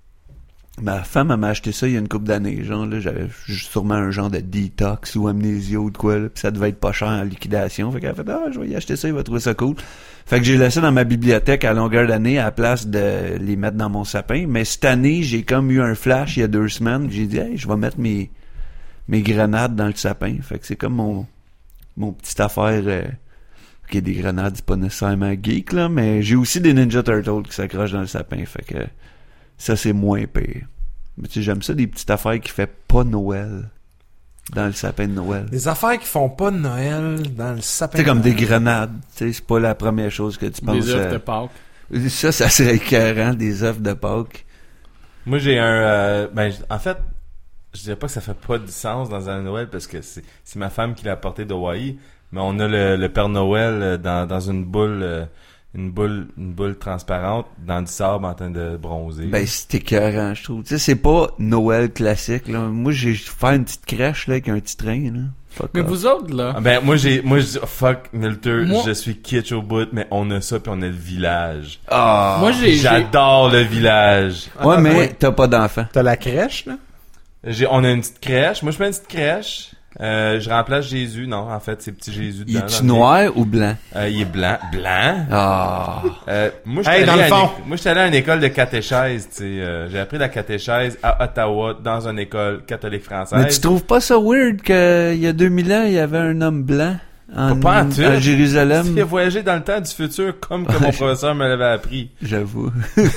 Ma femme elle m'a acheté ça il y a une couple d'années. Genre, là, j'avais sûrement un genre de détox ou amnésia ou de quoi, là, pis ça devait être pas cher en liquidation. Fait qu'elle a fait, ah, je vais y acheter ça, il va trouver ça cool. Fait que j'ai laissé dans ma bibliothèque à longueur d'année à la place de les mettre dans mon sapin. Mais cette année, j'ai comme eu un flash il y a deux semaines. J'ai dit, hey, je vais mettre mes, mes grenades dans le sapin. Fait que c'est comme mon, mon petite affaire, euh, ok, des grenades, c'est pas nécessairement geek, là, mais j'ai aussi des Ninja Turtles qui s'accrochent dans le sapin. Fait que, ça, c'est moins pire. Mais tu sais, j'aime ça, des petites affaires qui fait pas Noël dans le sapin de Noël. Des affaires qui font pas de Noël dans le sapin. Tu sais, comme de des Noël. grenades. Tu sais, c'est pas la première chose que tu penses. Des œufs à- de Pâques. Ça, ça serait écœurant, des œufs de Pâques. Moi, j'ai un... euh, ben, j- en fait, je dirais pas que ça fait pas de sens dans un Noël parce que c'est, c'est ma femme qui l'a apporté d'Hawaï, mais on a le, le Père Noël euh, dans, dans une boule... euh, une boule une boule transparente dans du sable en train de bronzer. Ben, c'est écœurant, je trouve. Tu sais, c'est pas Noël classique, là. Moi, j'ai fait une petite crèche, là, avec un petit train, là. Fuck Mais off. vous autres, là, Ah, ben moi j'ai moi je dis oh, fuck Milter, Moi- je suis kitsch au bout, mais on a ça puis on a le village. Ah. moi j'ai... j'ai- J'adore le village. Ouais, Attends, mais ouais. t'as pas d'enfant. T'as la crèche, là? J'ai on a une petite crèche. Moi je fais une petite crèche. Euh, je remplace Jésus. Non, en fait, c'est petit Jésus Il dedans. est-tu dans le noir ou blanc? mien. Euh, il est blanc. Blanc? Ah. Euh, moi, je Hey, dans le à une fond. éc- moi, j'étais allé à une école de catéchèse, tu sais. Euh, j'ai appris la catéchèse à Ottawa, dans une école catholique française. Mais tu trouves pas ça weird qu'il y a deux mille ans, il y avait un homme blanc en, Pas en tout. à Jérusalem? Il a voyagé dans le temps du futur, comme que mon professeur me l'avait appris. J'avoue.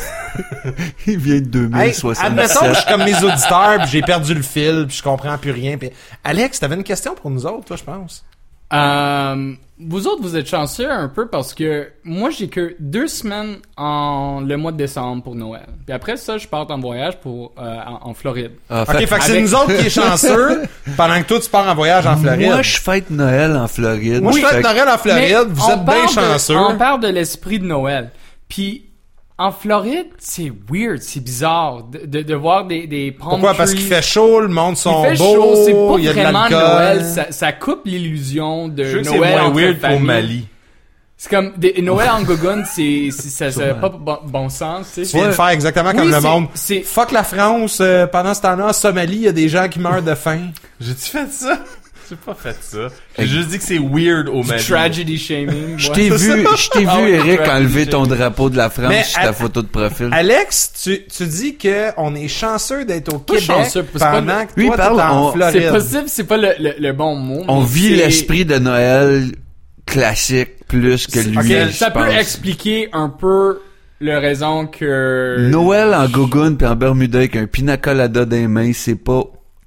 Il vient de deux mille Hey, soixante-dix-sept. admettons que je suis comme mes auditeurs, pis j'ai perdu le fil, pis je comprends plus rien. Pis... Alex, t'avais une question pour nous autres, toi, je pense. Euh, vous autres, vous êtes chanceux un peu parce que moi, j'ai que deux semaines en le mois de décembre pour Noël. Puis après ça, je pars en voyage pour euh, en, en Floride. Ah, Ok, fait- fait que c'est avec- nous autres qui est chanceux, pendant que toi, tu pars en voyage en Floride. Moi, je fête Noël en Floride. Moi, je Fait fête que- Noël en Floride, Mais vous on êtes bien parle de- chanceux. On parle de l'esprit de Noël. Puis en Floride, c'est weird, c'est bizarre de, de, de voir des, des palm Pourquoi? Parce trees. qu'il fait chaud, le monde sont Il fait beaux, chaud, c'est pas il y a de vraiment l'alcool. Noël. Ça, ça coupe l'illusion de Je sais que c'est Noël moins entre weird pour familles. Mali. C'est comme des, Noël en gogoune, c'est c'est- ça ça a pas bon, bon sens, tu Tu sais. viens de faire exactement comme Oui, le c'est- monde. c'est- Fuck la France, euh, pendant ce temps-là, en Somalie, il y a des gens qui meurent de faim. J'ai-tu fait ça? J'ai pas fait ça. J'ai juste dit que c'est weird au Du Mali. tragedy shaming. Je ouais. t'ai vu, je t'ai Ah vu, oui, Eric, ouais, enlever j'ai- ton drapeau de la France Mais sur à- ta photo de profil. Alex, tu, tu dis que on est chanceux d'être au Pas Québec chanceux, c'est pas pendant le- que Lui, toi, il parle, t'es en on- Floride. C'est possible, c'est pas le, le, le bon mot. On mais vit c'est- l'esprit de Noël classique plus que lui, Ok, je ça peut pense. expliquer un peu le raison que Noël en gogoune pis en Bermuda avec un pina colada dans les mains, c'est pas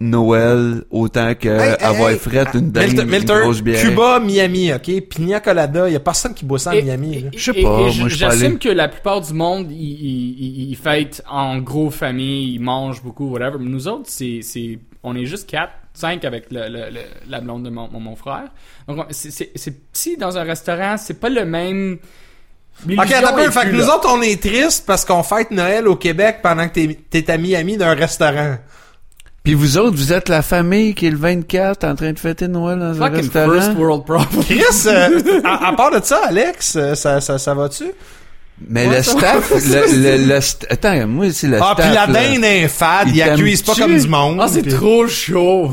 Noël autant que Hey, hey, avoir hey, frette une dingue, Milter, une Milter, grosse bière. Cuba, Miami, ok? Pina Colada, y a personne qui boit ça à Et- Miami. là. et- Je sais et- pas, et moi, j- je suis pas J'assume allé. que la plupart du monde, ils, ils, ils, ils fêtent en gros famille, ils mangent beaucoup, whatever. Mais nous autres, c'est, c'est, on est juste quatre, cinq avec le, le, le- la blonde de mon, mon, mon frère. Donc, on- c'est, c'est, c'est petit dans un restaurant, c'est pas le même... Ok, L'illusion attends un peu. est Fait que plus nous là. autres, on est tristes parce qu'on fête Noël au Québec pendant que t'es, t'es à Miami d'un restaurant. Puis vous autres, vous êtes la famille qui est le vingt-quatre en train de fêter Noël dans un Fucking first restaurant. world problem. Chris, euh, à, à part de ça, Alex, euh, ça, ça, ça va-tu? Mais Ouais, le ça- staff, le, le, le st- attends, moi c'est le Ah, staff. pis la là. dinde est fade, Il il accuse pas t'aime-tu? comme du monde. Ah, c'est pis- trop chaud.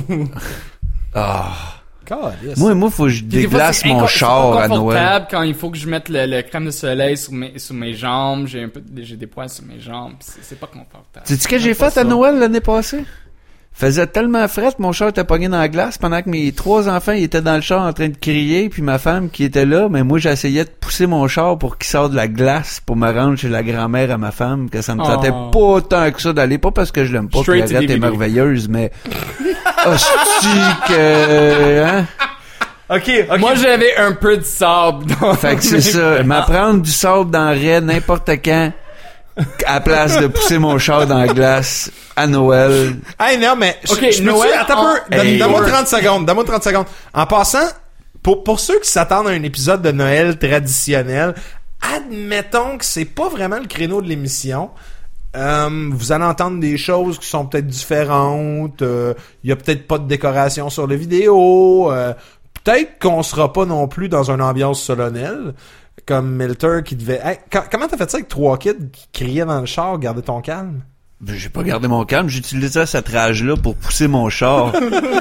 Ah. Calisse. Moi, moi, faut que je Puis des fois, déglace c'est mon inco- char c'est à pas Noël. confortable quand il faut que je mette le, le crème de soleil sur mes, sur mes jambes. J'ai un peu, j'ai des poils sur mes jambes. pis C'est, c'est pas confortable. Sais-tu ce que j'ai J'aime pas fait à ça. Noël l'année passée? faisait tellement fret, mon char était pogné dans la glace pendant que mes trois enfants ils étaient dans le char en train de crier, puis ma femme qui était là, mais moi j'essayais de pousser mon char pour qu'il sorte de la glace pour me rendre chez la grand-mère à ma femme, que ça me tentait Oh. pas tant que ça d'aller, pas parce que je l'aime pas, puis Straight to Arrête est D V D. merveilleuse, mais hostie que hein? Ok, ok. Moi, j'avais un peu de sable dans Fait que c'est mes- ça, m'apprendre du sable dans raie n'importe quand à la place de pousser mon char dans la glace à Noël. Hey, non, mais, je- Ok, je peux Noël, attends un on- peu. Donne- Hey. Donne-moi trente secondes, donne-moi trente secondes. En passant, pour, pour ceux qui s'attendent à un épisode de Noël traditionnel, admettons que c'est pas vraiment le créneau de l'émission. Euh, vous allez entendre des choses qui sont peut-être différentes. Il y a peut-être pas de décoration sur la vidéo. euh, peut-être qu'on sera pas non plus dans une ambiance solennelle. Comme Milter qui devait... Hey, co- comment t'as fait ça avec trois kids qui criaient dans le char, garder ton calme? Ben, j'ai pas gardé mon calme, j'utilisais cette rage-là pour pousser mon char.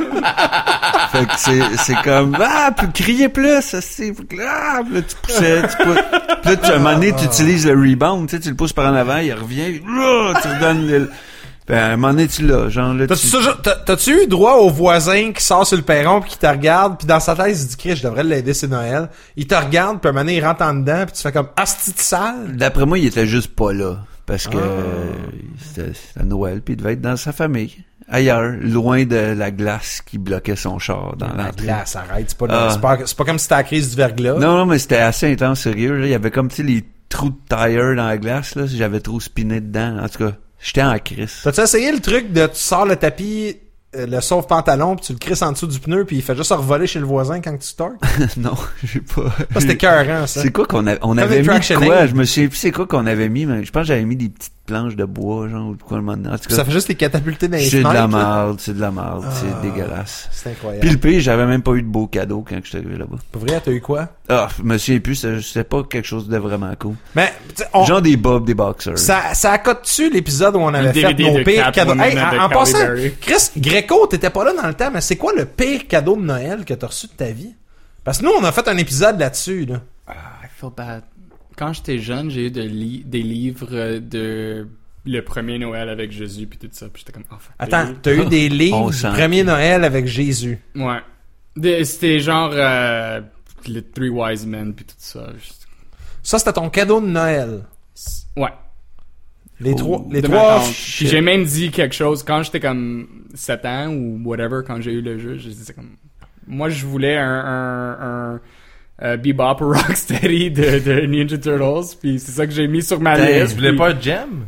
Fait que c'est, c'est comme, ah, puis crier plus, c'est, ah, puis là, tu poussais, tu pousses. Puis là, tu, à un moment donné, tu utilises le rebound, tu sais, tu le pousses par en avant, il revient, là, tu redonnes le, ben, à un moment donné, tu l'as, genre, là, T'as-tu, tu... toujours- t'as- t'as-tu eu droit au voisin qui sort sur le perron pis qui te regarde pis dans sa tête il se dit Chris, je devrais l'aider, c'est Noël. Il te regarde pis à un moment donné, il rentre en dedans pis tu fais comme asti de sale. D'après moi, il était juste pas là. Parce que Ah. euh, c'était, c'était Noël, puis il devait être dans sa famille. Ailleurs, loin de la glace qui bloquait son char dans La l'entrée. glace, arrête, c'est pas, Ah. c'est pas, c'est pas comme si c'était la crise du verglas. Non, non, mais c'était assez intense, sérieux. Là. Il y avait comme, tu sais, les trous de tire dans la glace, là. J'avais trop spiné dedans. En tout cas, j'étais en crise. T'as-tu essayé le truc de tu sors le tapis, euh, le sauve-pantalon pis tu le crisses en dessous du pneu pis il fait juste revoler chez le voisin quand tu starts? Non, j'ai pas... Ça, c'était écœurant, ça. C'est quoi qu'on a, on Comme avait des mis Traction de quoi? Aid. Je me souviens plus c'est quoi qu'on avait mis, mais je pense que j'avais mis des petites planches de bois, genre, ou de quoi le moment. En tout Pis ça cas, fait juste les catapulter dans les c'est de la fenêtres, là. merde, c'est de la merde, Ah. c'est dégueulasse. C'est incroyable. Puis le pire, j'avais même pas eu de beau cadeau quand je suis arrivé là-bas. Pour vrai, t'as eu quoi? Ah, je me souviens plus, c'était c'était pas quelque chose de vraiment cool. Mais, tu sais, on, Genre des bobs, des boxers. Ça, ça accote-tu l'épisode où on avait Le fait D V D nos de pires cadeaux? Catwoman Hey, en, de en Halle passant, Berry. Chris, Greco, t'étais pas là dans le temps, mais c'est quoi le pire cadeau de Noël que t'as reçu de ta vie? Parce que nous, on a fait un épisode là-dessus, là. Ah, I feel bad. Quand j'étais jeune, j'ai eu de li- des livres euh, de le premier Noël avec Jésus puis tout ça. Puis j'étais comme, oh, fuck, Attends, des t'as eu des livres On du sent. premier Noël avec Jésus. livres. Ouais. Des- C'était genre euh, les Three Wise Men puis tout ça. Juste- Ça, c'était ton cadeau de Noël. Ouais. Les Oh. trois, les de ma trois, tante. Puis j'ai même dit quelque chose quand j'étais comme sept ans ou whatever, quand j'ai eu le jeu, je disais comme moi je voulais un, un, un, euh, Bebop ou Rocksteady de, de Ninja Turtles, puis c'est ça que j'ai mis sur ma Damn, liste. Tu voulais puis- pas un gem?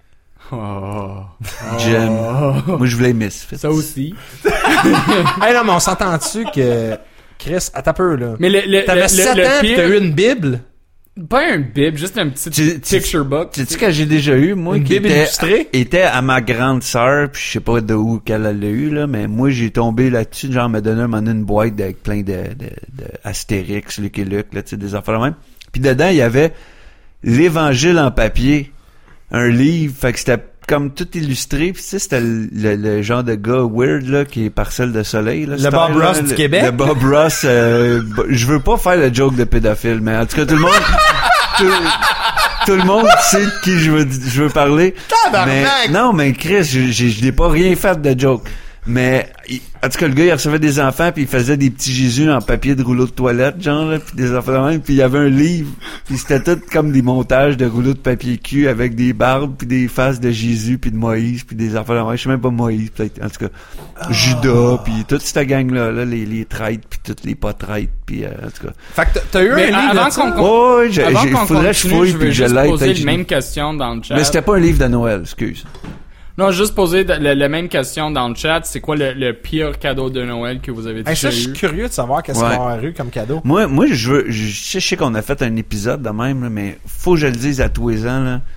Oh. Gem. Oh. Moi, je voulais Misfits. Ça aussi. hey non, mais on s'entend-tu que, Chris, attends un peu, là. Mais le, le, T'avais le, sept le, ans le pis pire, t'as eu une Bible. pas un bib, juste un petit Tu- tu- picture book. Tu sais que j'ai déjà eu, moi, Une qui Bible était, illustrée? était à ma grande sœur, puis je sais pas de où qu'elle l'a eu, là, mais moi, j'ai tombé là-dessus, genre, me donner un moment donné une boîte avec plein de, de, de Astérix, Lucky Luke, là, tu sais, des affaires de même. Puis dedans, il y avait l'Évangile en papier, un livre, fait que c'était comme tout illustré, puis tu sais, c'était le, le, le genre de gars weird, là, qui est parcelle de soleil, là. Le style, Bob là, Ross du le- Québec? Le Bob Ross, euh, b- je veux pas faire le joke de pédophile, mais en tout cas, tout le monde, tout, tout le monde sait de qui je veux, je veux parler. Tabarnak! Mais, non, mais Chris, je, je, je n'ai pas rien fait de joke. Mais, il- en tout cas, le gars, il recevait des enfants, puis il faisait des petits Jésus en papier de rouleau de toilette, genre, là, puis des affaires de même, puis il y avait un livre, puis c'était tout comme des montages de rouleaux de papier cul avec des barbes, puis des faces de Jésus, puis de Moïse, puis des affaires de même. Je sais même pas Moïse, peut-être, en tout cas. Judas, puis toute cette gang-là, là, les, les traîtres, puis toutes les pas traîtres, puis euh, en tout cas. Fait que t'as- t'as eu Mais un livre avant de ça? qu'on con- Oh, ouais, j'ai- Avant j'ai- qu'on faudrait que je continue, fouille, je veux puis que je juste l'aide, poser peut-être la je- même question dans le chat. Mais c'était pas un livre de Noël, excuse. Non, juste poser de- la, la même question dans le chat. C'est quoi le, le pire cadeau de Noël que vous avez Hey, déjà ça, je suis eu? curieux de savoir qu'est-ce Ouais. qu'on va avoir eu comme cadeau. Moi, moi, je veux, je sais, je sais qu'on a fait un épisode de même, là, mais faut que je le dise à tous les ans, là.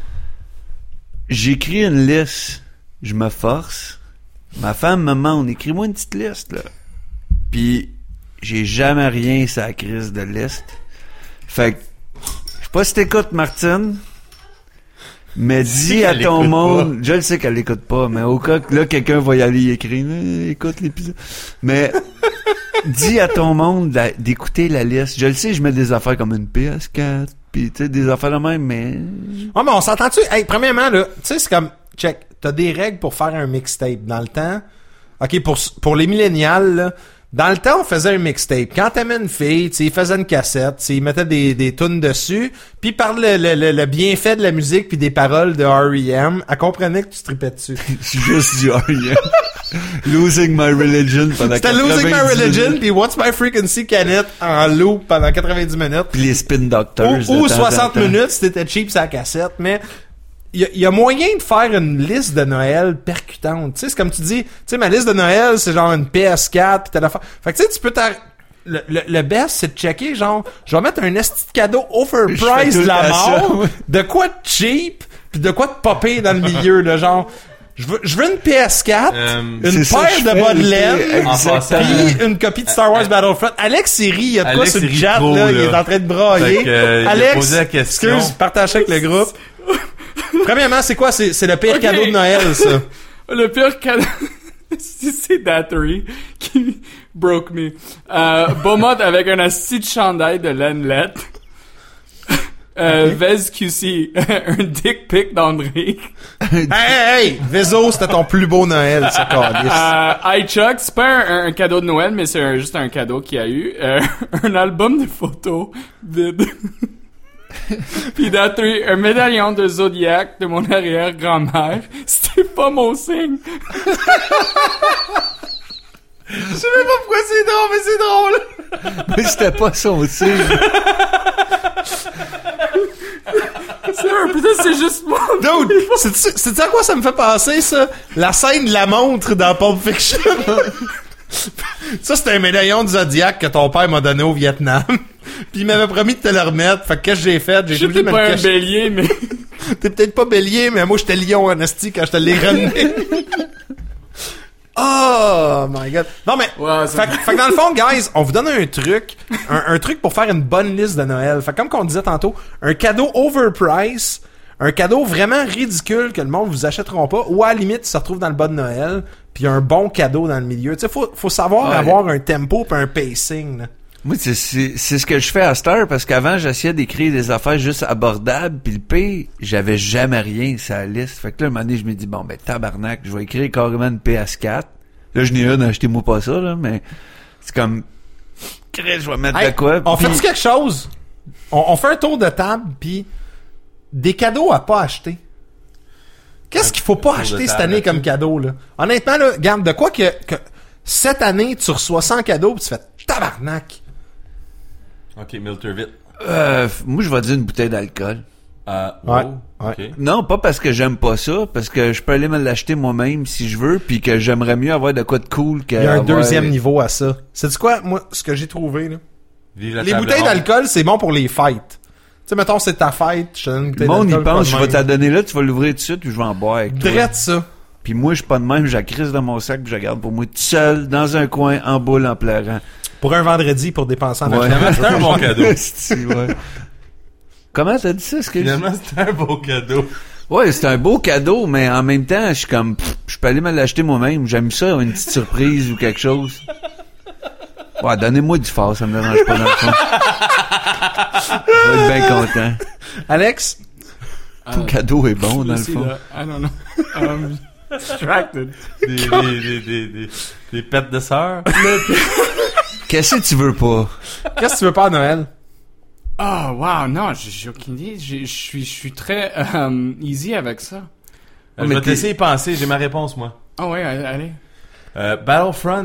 J'écris une liste. Je me force. Ma femme me demande, écris-moi une petite liste, là. Puis, j'ai jamais rien sur la crise de liste. Fait que, je sais pas si t'écoutes, Martine, mais dis à qu'elle ton écoute monde, je le sais qu'elle l'écoute pas, mais au cas que là, quelqu'un va y aller écrire, Eh, écoute l'épisode. Mais, dis à ton monde d'a- d'écouter la liste. Je le sais, je mets des affaires comme une P S quatre, pis tu sais, des affaires de même, mais... Ouais, mais on s'entend-tu? Hey, premièrement, là, tu sais, c'est comme, check, t'as des règles pour faire un mixtape. Dans le temps, OK, pour, pour les millénials, là, dans le temps, on faisait un mixtape. Quand t'aimais une fille, tu sais, il faisait une cassette, tu sais, il mettait des, des tunes dessus, puis par le, le, le, le bienfait de la musique puis des paroles de R E M, elle comprenait que tu tripais dessus. C'est juste du R E M. Losing My Religion pendant C'était Losing My Religion puis What's My Frequency Canet en loop pendant quatre-vingt-dix minutes. Puis les Spin Doctors. Ou, ou soixante minutes si t'étais cheap sa cassette, mais il y, y a moyen de faire une liste de Noël percutante. Tu sais, c'est comme tu dis, tu sais, ma liste de Noël, c'est genre une P S quatre pis t'as l'affaire. Fait que tu sais, tu peux t'ar... Le, le, le best, c'est de checker, genre, je vais mettre un esti de cadeau overpriced de la mort, ouais. De quoi de cheap, pis de quoi de popper dans le milieu, là, genre... Je veux, je veux une P S quatre, euh, une paire de bas de laine, pis une copie de Star Wars Battlefront. Alex il rit, il y a de quoi sur le chat, trop, là, là, il est en train de brailler. Euh, Alex, excuse, partage avec le groupe. Premièrement, c'est quoi? C'est, c'est le pire okay. cadeau de Noël, ça. Le pire cadeau... c'est Dattery qui broke me. Euh, Beaumont avec un asti de chandail de Lenlet. Euh, okay. Vez Q C, un dick pic d'André. hey, hey, hey! Vezo, c'était ton plus beau Noël, ça, câlisse. Euh, iChuck, c'est pas un, un cadeau de Noël, mais c'est un, juste un cadeau qu'il a eu. Euh, un album de photos vide. Pis Dattery, un médaillon de Zodiac de mon arrière-grand-mère. C'était pas mon signe. Je sais même pas pourquoi c'est drôle, mais c'est drôle. Mais c'était pas son signe. C'est un, peut-être c'est juste moi. Dude, c'est, c'est à quoi ça me fait penser, ça? La scène de la montre dans Pulp Fiction. Ça, c'était un médaillon de Zodiac que ton père m'a donné au Vietnam. Puis il m'avait promis de te le remettre. Fait que qu'est-ce que j'ai fait? J'ai je suis pas un bélier, mais... T'es peut-être pas bélier, mais moi, j'étais lion en esti quand je te l'ai ramené. Oh my god. Non, mais... Ouais, fait, fait que dans le fond, guys, on vous donne un truc. Un, un truc pour faire une bonne liste de Noël. Fait que comme qu'on disait tantôt, un cadeau overpriced, un cadeau vraiment ridicule que le monde vous achèteront pas, ou à la limite, ça se retrouve dans le bas de Noël, puis un bon cadeau dans le milieu. Tu sais, faut, faut savoir ouais. avoir un tempo pis un pacing, là. Moi, c'est, c'est, c'est ce que je fais à cette heure, parce qu'avant, j'essayais d'écrire des affaires juste abordables, pis le pire, j'avais jamais rien sur la liste. Fait que là, un moment donné, je me dis, bon, ben, tabarnak, je vais écrire carrément une P S quatre. Là, je n'ai une, achetez-moi pas ça, là, mais c'est comme, je vais mettre hey, de quoi. On pis... fait quelque chose? On, on fait un tour de table, pis des cadeaux à pas acheter. Qu'est-ce qu'il faut pas acheter cette année comme cadeau, là? Honnêtement, là, garde, de quoi que, que cette année, tu reçois cent cadeaux pis tu fais tabarnak. Ok, Milter vite. Euh, moi, je vais dire une bouteille d'alcool. Euh, ouais. Oh, okay. Non, pas parce que j'aime pas ça, parce que je peux aller me l'acheter moi-même si je veux, puis que j'aimerais mieux avoir de quoi de cool que. Il y a un avoir... deuxième niveau à ça. C'est quoi, moi, ce que j'ai trouvé, là? Les bouteilles ronde. D'alcool, c'est bon pour les fêtes. Tu sais, mettons, c'est ta fête, je te donne une bouteille d'alcool. Le monde, il pense, je vais t'en donner là, tu vas l'ouvrir tout de suite, puis je vais en boire avec toi. Drette ça. Puis moi, je suis pas de même, je la crisse dans mon sac, puis je la garde pour moi tout seul, dans un coin, en boule, en pleurant. Pour un vendredi, pour dépenser en ouais. Finalement, c'était un bon cadeau. ouais. Comment t'as dit ça? Ce que Finalement, c'était un beau cadeau. Ouais, c'est un beau cadeau, mais en même temps, je suis comme, pff, je peux aller me l'acheter moi-même. J'aime ça, une petite surprise ou quelque chose. Ouais, donnez-moi du fort, ça me dérange pas dans le fond. Je vais être bien content. Alex? Ton uh, cadeau est bon, dans le fond. Là. I don't know. Um, distracted. Des, des, des, des, des, des pets de sœur. Qu'est-ce que tu veux pas? Qu'est-ce que tu veux pas à Noël? Oh, wow, non, j'ai, j'ai aucune idée. Je suis, je suis très um, easy avec ça. Euh, je vais te laisser y penser, j'ai ma réponse, moi. Ah oh, ouais, allez. Euh, Battlefront.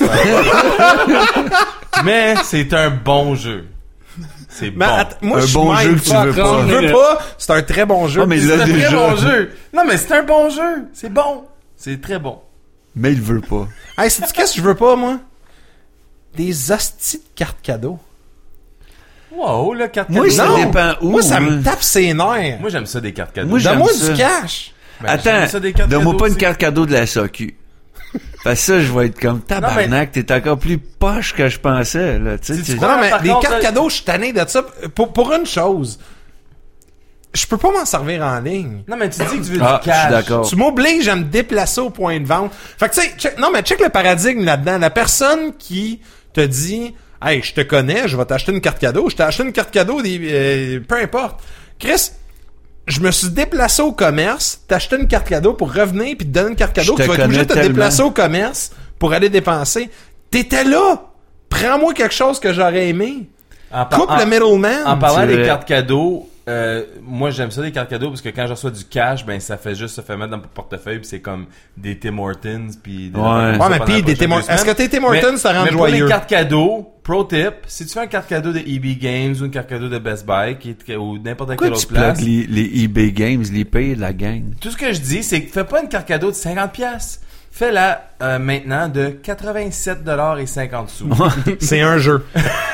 Mais c'est un bon jeu. C'est mais bon. Att- moi, un je bon jeu que tu veux pas. Je veux pas. C'est un très bon jeu. Oh, mais c'est un déjà. très bon jeu. Non, mais c'est un bon jeu. C'est bon. C'est très bon. Mais il veut pas. Hey, sais-tu qu'est-ce que je veux pas, moi? Des hosties de cartes cadeaux. Wow, là, carte cadeau. Moi, ça non. dépend où. Moi, ça me hein. tape ses nerfs. Moi, j'aime ça des cartes cadeaux. Moi, j'aime Donne-moi ça. du cash. Ben, attends, donne-moi pas une carte cadeau de la S A Q. Parce que ça, je vais être comme tabarnak, mais... t'es encore plus poche que je pensais, là, tu sais. Tu non, mais des cartes cadeaux, je suis tanné de ça. Pour, pour une chose, je peux pas m'en servir en ligne. Non, mais tu dis que tu veux ah, du cash. Je suis d'accord. Tu m'obliges à me déplacer au point de vente. Fait que tu sais, check, non, mais check le paradigme là-dedans. La personne qui te dit, hey, je te connais, je vais t'acheter une carte cadeau. Je t'ai acheté une carte cadeau, des, euh, peu importe. Chris, je me suis déplacé au commerce, t'as acheté une carte cadeau pour revenir puis te donner une carte cadeau, tu vas être obligé de te déplacer au commerce pour aller dépenser. T'étais là! Prends-moi quelque chose que j'aurais aimé. En par- Coupe en- le middleman. En parlant C'est des vrai. cartes cadeaux, euh, moi j'aime ça des cartes cadeaux parce que quand je reçois du cash, ben ça fait juste se faire mettre dans mon portefeuille puis c'est comme des Tim Hortons puis des Ouais. affaires comme Ouais, ça mais pendant pis la des prochaine Tim deux Hortons. Est-ce que semaines. tes Tim Hortons ça rend mais pour joyeux? les cartes cadeaux, pro tip, si tu fais un carte cadeau de E B Games ou une carte cadeau de Best Buy qui est, ou n'importe Pourquoi quelle tu autre place, plugues les, les eBay Games, les payes de la gang? tout ce que je dis c'est que fais pas une carte cadeau de cinquante piastres. Fais-la euh, maintenant de quatre-vingt-sept dollars et cinquante sous. C'est un jeu.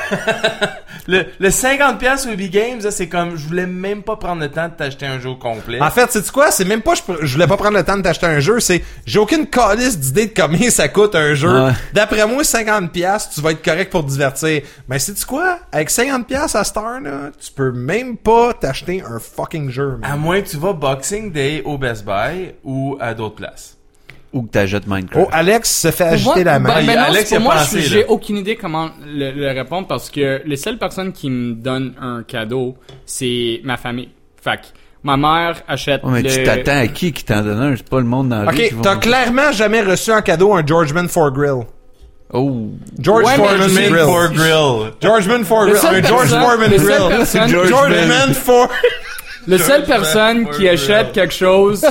le, le cinquante piastres au E B Games, là, c'est comme je voulais même pas prendre le temps de t'acheter un jeu au complet. En fait, sais-tu quoi? C'est même pas, je, je voulais pas prendre le temps de t'acheter un jeu, c'est, j'ai aucune calice d'idée de combien ça coûte un jeu. Ouais. D'après moi, cinquante piastres, tu vas être correct pour te divertir. Mais sais-tu quoi? Avec cinquante piastres à Star, là, tu peux même pas t'acheter un fucking jeu, man. À moins que tu vas Boxing Day au Best Buy ou à d'autres places. Ou que t'achètes Minecraft. Oh, Alex se fait Pour agiter moi, la main. ben, ben non, Alex, c'est pour il a moi, pensé, je- là. j'ai aucune idée comment le, le répondre parce que les seules personnes qui me donnent un cadeau, c'est ma famille. Fait que ma mère achète Ouais, mais le... tu t'attends à qui qui t'en donne un? C'est pas le monde dans la rue qui Ok, va- t'as clairement jamais reçu en cadeau un Georgeman for Grill. Oh. George Ouais, mais Foreman je- Grill. for Grill. Georgeman for Le Grill. seul Un George personne- Foreman le seul Grill. personne- George Georgeman for... Le seule George personne Van qui for achète Grill. quelque chose...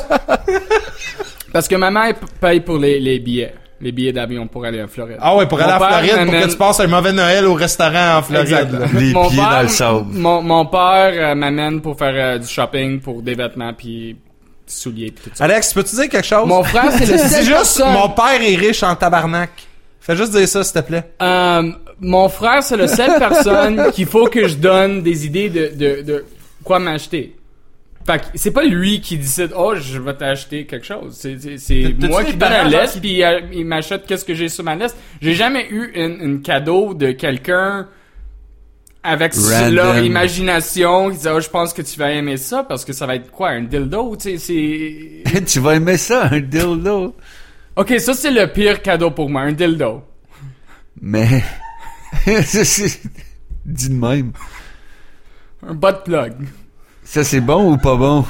parce que ma mère paye pour les, les billets. Les billets d'avion pour aller en Floride. Ah ouais, pour Mon aller en père Floride, pour m'amène- que tu passes un mauvais Noël au restaurant en Floride. Exact. là. Les Mon pieds père, dans le sable. Mon, mon père euh, m'amène pour faire euh, du shopping pour des vêtements puis des souliers puis tout ça. Alex, peux-tu dire quelque chose? Mon frère, c'est le Dis seul juste, personne- mon père est riche en tabarnak. Fais juste dire ça, s'il te plaît. Euh, mon frère, c'est la seule personne qu'il faut que je donne des idées de, de, de quoi m'acheter. Fait que c'est pas lui qui décide, oh, je vais t'acheter quelque chose. C'est, c'est, c'est T'as-tu moi des qui donne la parents, genre, liste qui- puis il, il m'achète qu'est-ce que j'ai sur ma liste. J'ai jamais eu une, une cadeau de quelqu'un avec Random. leur imagination qui disait, oh, je pense que tu vas aimer ça parce que ça va être quoi, un dildo, tu sais, c'est... Tu vas aimer ça, un dildo. Ok, ça c'est le pire cadeau pour moi, un dildo. Mais... ça, c'est... Dis de même. Un butt plug. Ça, c'est bon ou pas bon?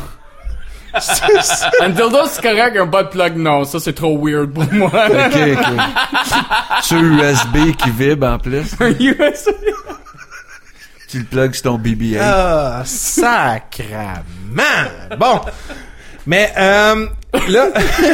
Un dildo c'est correct, un butt plug non, ça c'est trop weird pour moi. Ok, ok. Sur U S B qui vibre en plus. Un U S B. Tu le plugues sur ton B B eight. Ah, sacrament. Bon. Mais, euh, là,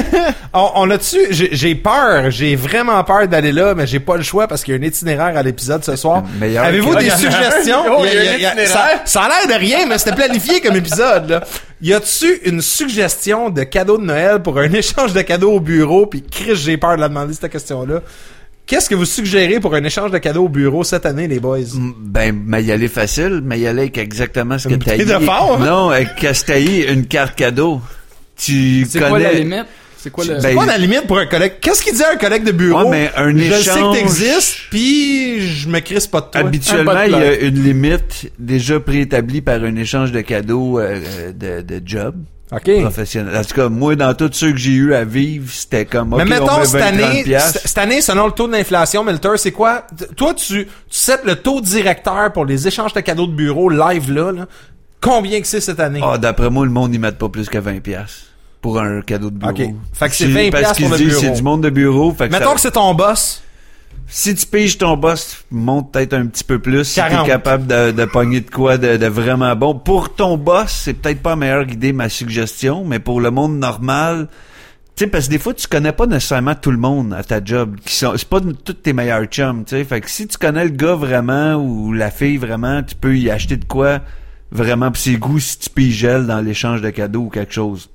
on, on a-tu, j'ai, j'ai peur, j'ai vraiment peur d'aller là, mais j'ai pas le choix parce qu'il y a un itinéraire à l'épisode ce soir. Meilleur Avez-vous que- des suggestions? Oh, il y a un itinéraire? ça, ça a l'air de rien, mais c'était planifié comme épisode, là. Y a-tu une suggestion de cadeau de Noël pour un échange de cadeaux au bureau? Puis Chris, j'ai peur de la demander cette question-là. Qu'est-ce que vous suggérez pour un échange de cadeaux au bureau cette année, les boys? Ben, mais y aller facile, mais y aller avec exactement ce que Une t'as bouteille dit. de fort, hein? Non, avec Castaï, une carte cadeau. Tu C'est connais... quoi la limite? C'est quoi le... Ben, C'est quoi la limite pour un collègue? Qu'est-ce qu'il dit à un collègue de bureau? Ouais, mais un je sais échange- que t'existes, puis je me crisse pas de toi. Habituellement, Un il y bot a une limite déjà préétablie par un échange de cadeaux euh, de, de job OK. professionnel. En tout cas, moi, dans tous ceux que j'ai eu à vivre, c'était comme, OK, Mais on mettons, met cette vingt, année, trente piastres. c- cette année, selon le taux d'inflation, Milter, c'est quoi? T- Toi, tu, tu sets le taux directeur pour les échanges de cadeaux de bureau live là, là. Combien que c'est cette année? Ah, d'après moi, le monde n'y met pas plus que vingt piastres pour un cadeau de bureau. OK. Fait que c'est vingt parce piastres qu'ils pour le disent, bureau. c'est du monde de bureau. Fait que Mettons ça- que c'est ton boss. si tu piges ton boss, monte peut-être un petit peu plus. Si quarante. t'es capable de, de pogner de quoi de, de vraiment bon. Pour ton boss, c'est peut-être pas la meilleure idée, ma suggestion, mais pour le monde normal, tu sais, parce que des fois, tu connais pas nécessairement tout le monde à ta job. Qui sont, c'est pas tous tes meilleurs chums, tu sais. Fait que si tu connais le gars vraiment ou la fille vraiment, tu peux y acheter de quoi vraiment pis ses goûts si tu piges elle dans l'échange de cadeaux ou quelque chose.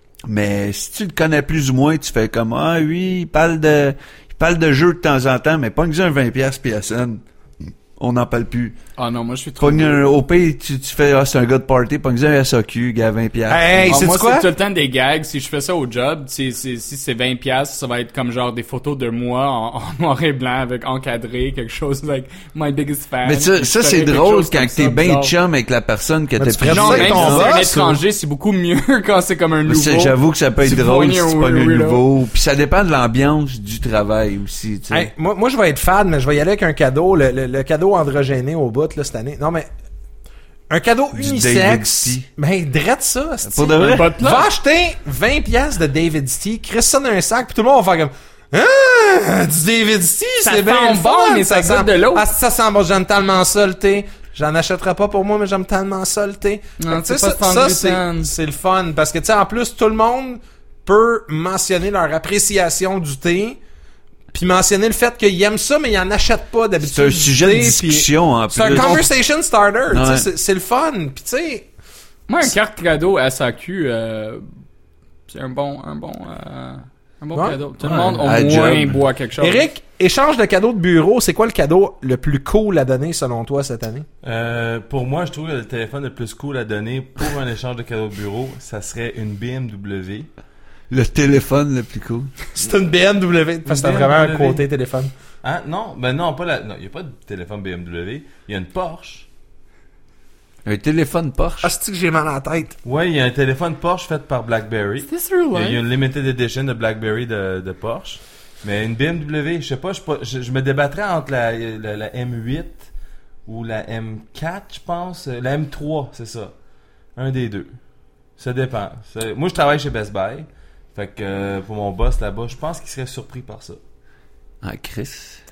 Mais si tu le connais plus ou moins, tu fais comme, ah oui, il parle de, il parle de jeu de temps en temps, mais pogne-y un vingt piastres P S N. On n'en parle plus. Ah non, moi je suis trop... Pogne un O P, tu, tu fais, ah, c'est un gars de party, pogne-y un S A Q, gars, vingt piastres. Hey, Ah, c'est moi, quoi? c'est tout le temps des gags. Si je fais ça au job, c'est, c'est, si c'est vingt piastres, ça va être comme genre des photos de moi en, en noir et blanc avec encadré, quelque chose like my biggest fan. Mais ça, Puis ça je c'est ferais quelque drôle chose quand comme t'es ça, bien bizarre. chum avec la personne que Mais t'as tu ferais pigé. Non, ça même avec si ton c'est un boss, étranger, c'est beaucoup mieux quand c'est comme un nouveau. C'est- J'avoue que ça peut être Tu drôle pognes si un tu pognes un weirdo. nouveau. Puis ça dépend de l'ambiance du travail aussi, tu sais. Hey, moi, moi, je vais être fade, mais je vais y aller avec un cadeau, le, le, le cadeau androgéné au bout, là, cette année. Non, mais, un cadeau Du David unisexe. Stee. Ben, drette ça, c'ti. Pour de vrai? Pas de Va plug. acheter vingt piastres de David Stee, crisse ça dans un sac, puis tout le monde va faire comme, Ah, du David C, Ça c'est bien sent le bon, fun, mais ça goûte de l'eau. Ah, ça sent bon, j'aime tellement ça le thé. J'en achèterai pas pour moi, mais j'aime tellement ça le thé. Non, Fait que, tu sais, c'est pas ça, de ça, gluten. c'est, c'est le fun. Parce que, tu sais, en plus, tout le monde peut mentionner leur appréciation du thé, puis mentionner le fait qu'ils aiment ça, mais ils en achètent pas d'habitude. C'est un du sujet de thé, puis discussion, en plus. C'est un conversation starter. tu sais, Ouais. C'est, c'est le fun. Puis, tu sais, Moi, un carte cadeau S A Q, euh, c'est un bon, un bon, euh, un bon Ouais. cadeau. Tout le Ouais. monde, au À moins, job. boit quelque chose. Eric, échange de cadeaux de bureau, c'est quoi le cadeau le plus cool à donner selon toi cette année? Euh, pour moi, je trouve que le téléphone le plus cool à donner pour un échange de cadeaux de bureau, ça serait une B M W. Le téléphone le plus cool. C'est une B M W, parce que t'as Une vraiment un B M W. côté téléphone. Hein? Non, ben non, pas la, non, il y a pas de téléphone B M W. Il y a une Porsche. Un téléphone Porsche. Ah, c'est que j'ai mal à la tête. Ouais, il y a un téléphone Porsche fait par BlackBerry. C'était sur Il y a- il y a live. une limited edition de BlackBerry de, de Porsche. Mais une B M W, je sais pas, je, sais pas, je, je me débattrais entre la, la, la M huit ou la M quatre, je pense. La M trois, c'est ça. Un des deux. Ça dépend. Ça- moi, je travaille chez Best Buy. Fait que euh, pour mon boss là-bas, je pense qu'il serait surpris par ça. Ah, Chris.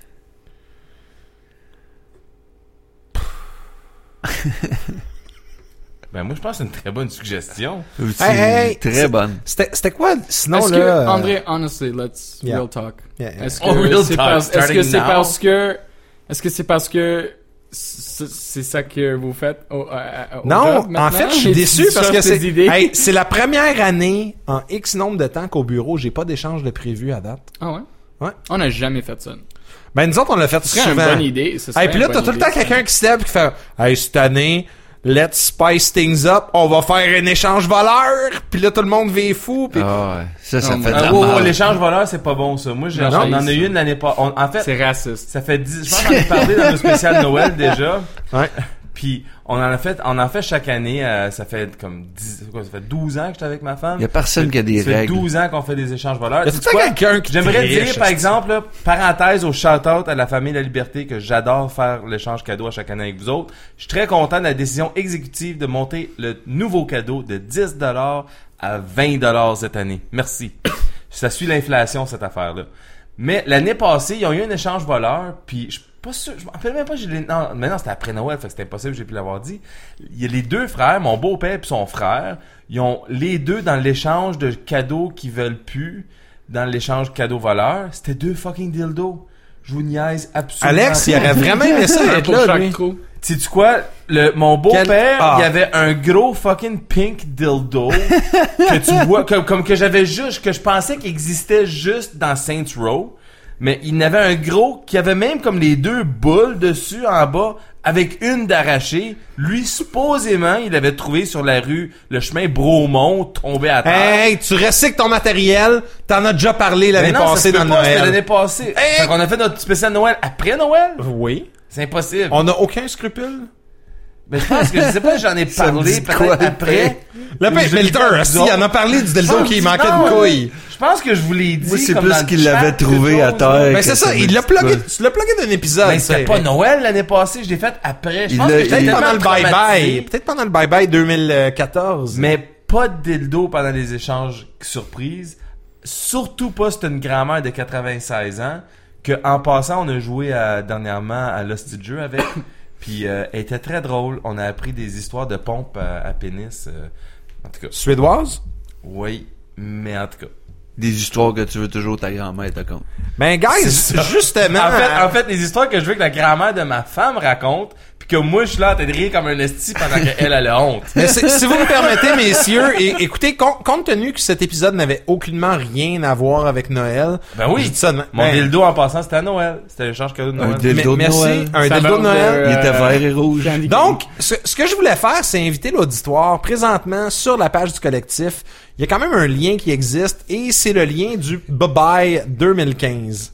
Ben moi, je pense que c'est une très bonne suggestion. Aussi, Hey, hey, très c'est- bonne. C'était, c'était quoi, sinon, Est-ce là... que, euh, André, honestly, let's Yeah. real talk. yeah, yeah. Est-ce Oh, que real c'est talk, parce, est-ce que starting c'est now. parce que, est-ce que c'est parce que c'est c'est ça que vous faites au, à- à- au Non, job en maintenant? fait, je suis Et tu déçu parce que changes tes c'est... idées? Hey, c'est la première année en X nombre de temps qu'au bureau, j'ai pas d'échange de prévu à date. Ah ouais? Ouais. On n'a jamais fait ça. Ben, nous autres, on l'a fait Ce serait souvent. une bonne idée. Ce serait Hey, puis là, une t'as bonne tout le temps idée, quelqu'un qui se lève et qui fait « Hey, cette année, let's spice things up, on va faire un échange voleur! » Puis là, tout le monde vit fou, puis... Ah ouais. Ça, ça Non, fait de mais- la Ah, wow, wow, merde. l'échange voleur, c'est pas bon ça. Moi, j'ai, Non, on en a c'est- eu une l'année passée. En fait, C'est raciste. ça fait dix, je pense qu'on en a parlé dans le spécial Noël déjà. Ouais. Puis on en a fait, on en fait chaque année. euh, ça fait comme dix, quoi, ça fait douze ans que j'étais avec ma femme. Il y a personne qui a des Ça fait règles. douze ans qu'on fait des échanges voleurs. Y a Sais-tu tout le temps quoi? quelqu'un qui J'aimerais triche, dire, par esti. exemple, là, parenthèse au shout-out à la famille La Liberté, que j'adore faire l'échange cadeau à chaque année avec vous autres. Je suis très content de la décision exécutive de monter le nouveau cadeau de dix dollars à vingt dollars cette année. Merci. Ça suit l'inflation, cette affaire-là. Mais l'année passée, ils ont eu un échange voleur, puis je suis pas sûr, je me rappelle même pas, j'ai les, non, mais non, c'était après Noël, fait que c'était impossible, j'ai pu l'avoir dit. Il y a les deux frères, mon beau-père et son frère, ils ont les deux dans l'échange de cadeaux qu'ils veulent plus, dans l'échange cadeau voleur, c'était deux fucking dildos. Je vous niaise absolument. Alex, il aurait vraiment aimé ça Un être pour là, chaque lui. trou. Sais-tu quoi? Le, mon beau-père, Quel- Ah. il y avait un gros fucking pink dildo que tu vois, comme, comme que j'avais juste, que je pensais qu'il existait juste dans Saints Row. Mais il y en avait un gros qui avait même comme les deux boules dessus en bas avec une d'arrachée. Lui, supposément, il avait trouvé sur la rue le chemin Bromont tombé à terre. Hey, tu recycles ton matériel, t'en as déjà parlé l'année Mais non, passée ça se dans peut pas, c'était Noël. l'année passée. Hey! Fait qu'on a fait notre spécial Noël après Noël. Oui. C'est impossible. On n'a aucun scrupule. Mais je pense que je sais pas, j'en ai Ça me parlé dit peut-être quoi, après. Le Ou père je l'ai Milter, fait à si, vous il en a autres. parlé du dildo Je pense qui que- manquait non, de couille. Je pense que je vous l'ai dit. Moi, c'est comme plus dans le qu'il chat, l'avait trouvé quelque à chose, terre. là. Ben que c'est ça, me il dit l'a quoi. plugué, tu l'as plugué d'un épisode. Mais c'était c'est- pas Noël l'année passée, je l'ai fait après. Je Il pense l'a- que j'étais il- Peut-être tellement pendant le bye-bye. traumatisé. Peut-être pendant le bye-bye deux mille quatorze. Mais pas de dildo pendant les échanges surprises. Surtout pas si t'as une grand-mère de quatre-vingt-seize ans. Que en passant, on a joué à- dernièrement à l'hostie de jeu avec. Puis euh, elle était très drôle. On a appris des histoires de pompes à, à pénis. euh, en tout cas, Suédoise? oui. Mais en tout cas. Des histoires que tu veux toujours ta grand-mère te compte. Ben, guys, C'est ça. justement. En fait, en fait, les histoires que je veux que la grand-mère de ma femme raconte, puis que moi je suis là en train de rire comme un esti pendant qu'elle elle a honte. Mais si si vous me permettez, messieurs, et, écoutez, com- compte tenu que cet épisode n'avait aucunement rien à voir avec Noël. Ben oui. Je dis ça de- Mon ben, dildo en passant c'était à Noël. C'était l'échange cadeau de Un Noël. dildo de merci. Noël. Un dildo Saveur de Noël. de, Il était Euh, vert et rouge. Candy Donc, ce, ce que je voulais faire, c'est inviter l'auditoire. Présentement, sur la page du collectif, il y a quand même un lien qui existe et c'est le lien du Bye-Bye deux mille quinze.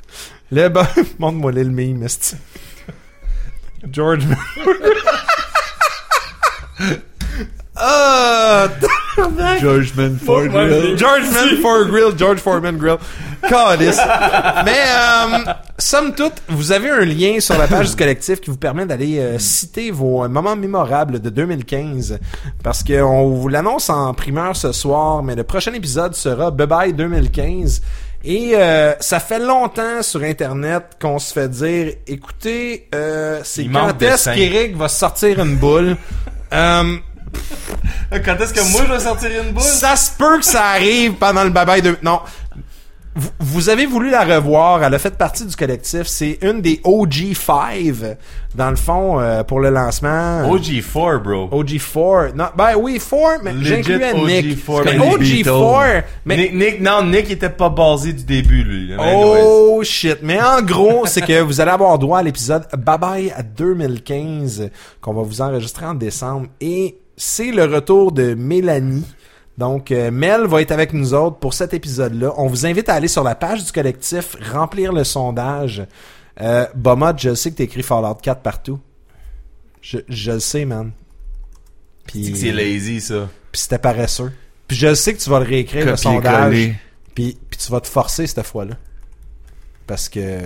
Le bas... Montre-moi le meme, esti. George... Ah! George Manford. Grill. George Foreman Grill, George Foreman Grill. Calice. Mais, euh, somme toute, vous avez un lien sur la page du collectif qui vous permet d'aller euh, citer vos euh, moments mémorables de deux mille quinze. Parce que on vous l'annonce en primeur ce soir, mais le prochain épisode sera Bye Bye deux mille quinze. Et euh, ça fait longtemps sur Internet qu'on se fait dire, écoutez, euh, c'est Il quand manque de est-ce sein. qu'Éric va sortir une boule? euh, Quand est-ce que moi je vais sortir une boule? ça se peut que ça arrive pendant le bye-bye de... Non. Vous, vous avez voulu la revoir, elle a fait partie du collectif, c'est une des O G cinq, dans le fond, euh, pour le lancement. O G quatre, bro. O G quatre. Non, ben oui, quatre, mais Legit j'incluais O G Nick. quatre. Mais Comme O les G quatre, mais... Nick, Nick, non, Nick était pas basé du début, lui. Oh shit. Mais en gros, c'est que vous allez avoir droit à l'épisode Bye Bye à deux mille quinze qu'on va vous enregistrer en décembre. Et c'est le retour de Mélanie. Donc, euh, Mel va être avec nous autres pour cet épisode-là. On vous invite à aller sur la page du collectif, remplir le sondage. Euh, Bomod, je sais que t'écris Fallout quatre partout. Je, je le sais, man. Puis, C'est lazy, ça. puis c'était paresseux. Puis je sais que tu vas le réécrire, le sondage. Copier-coller. Puis, puis tu vas te forcer cette fois-là. Parce que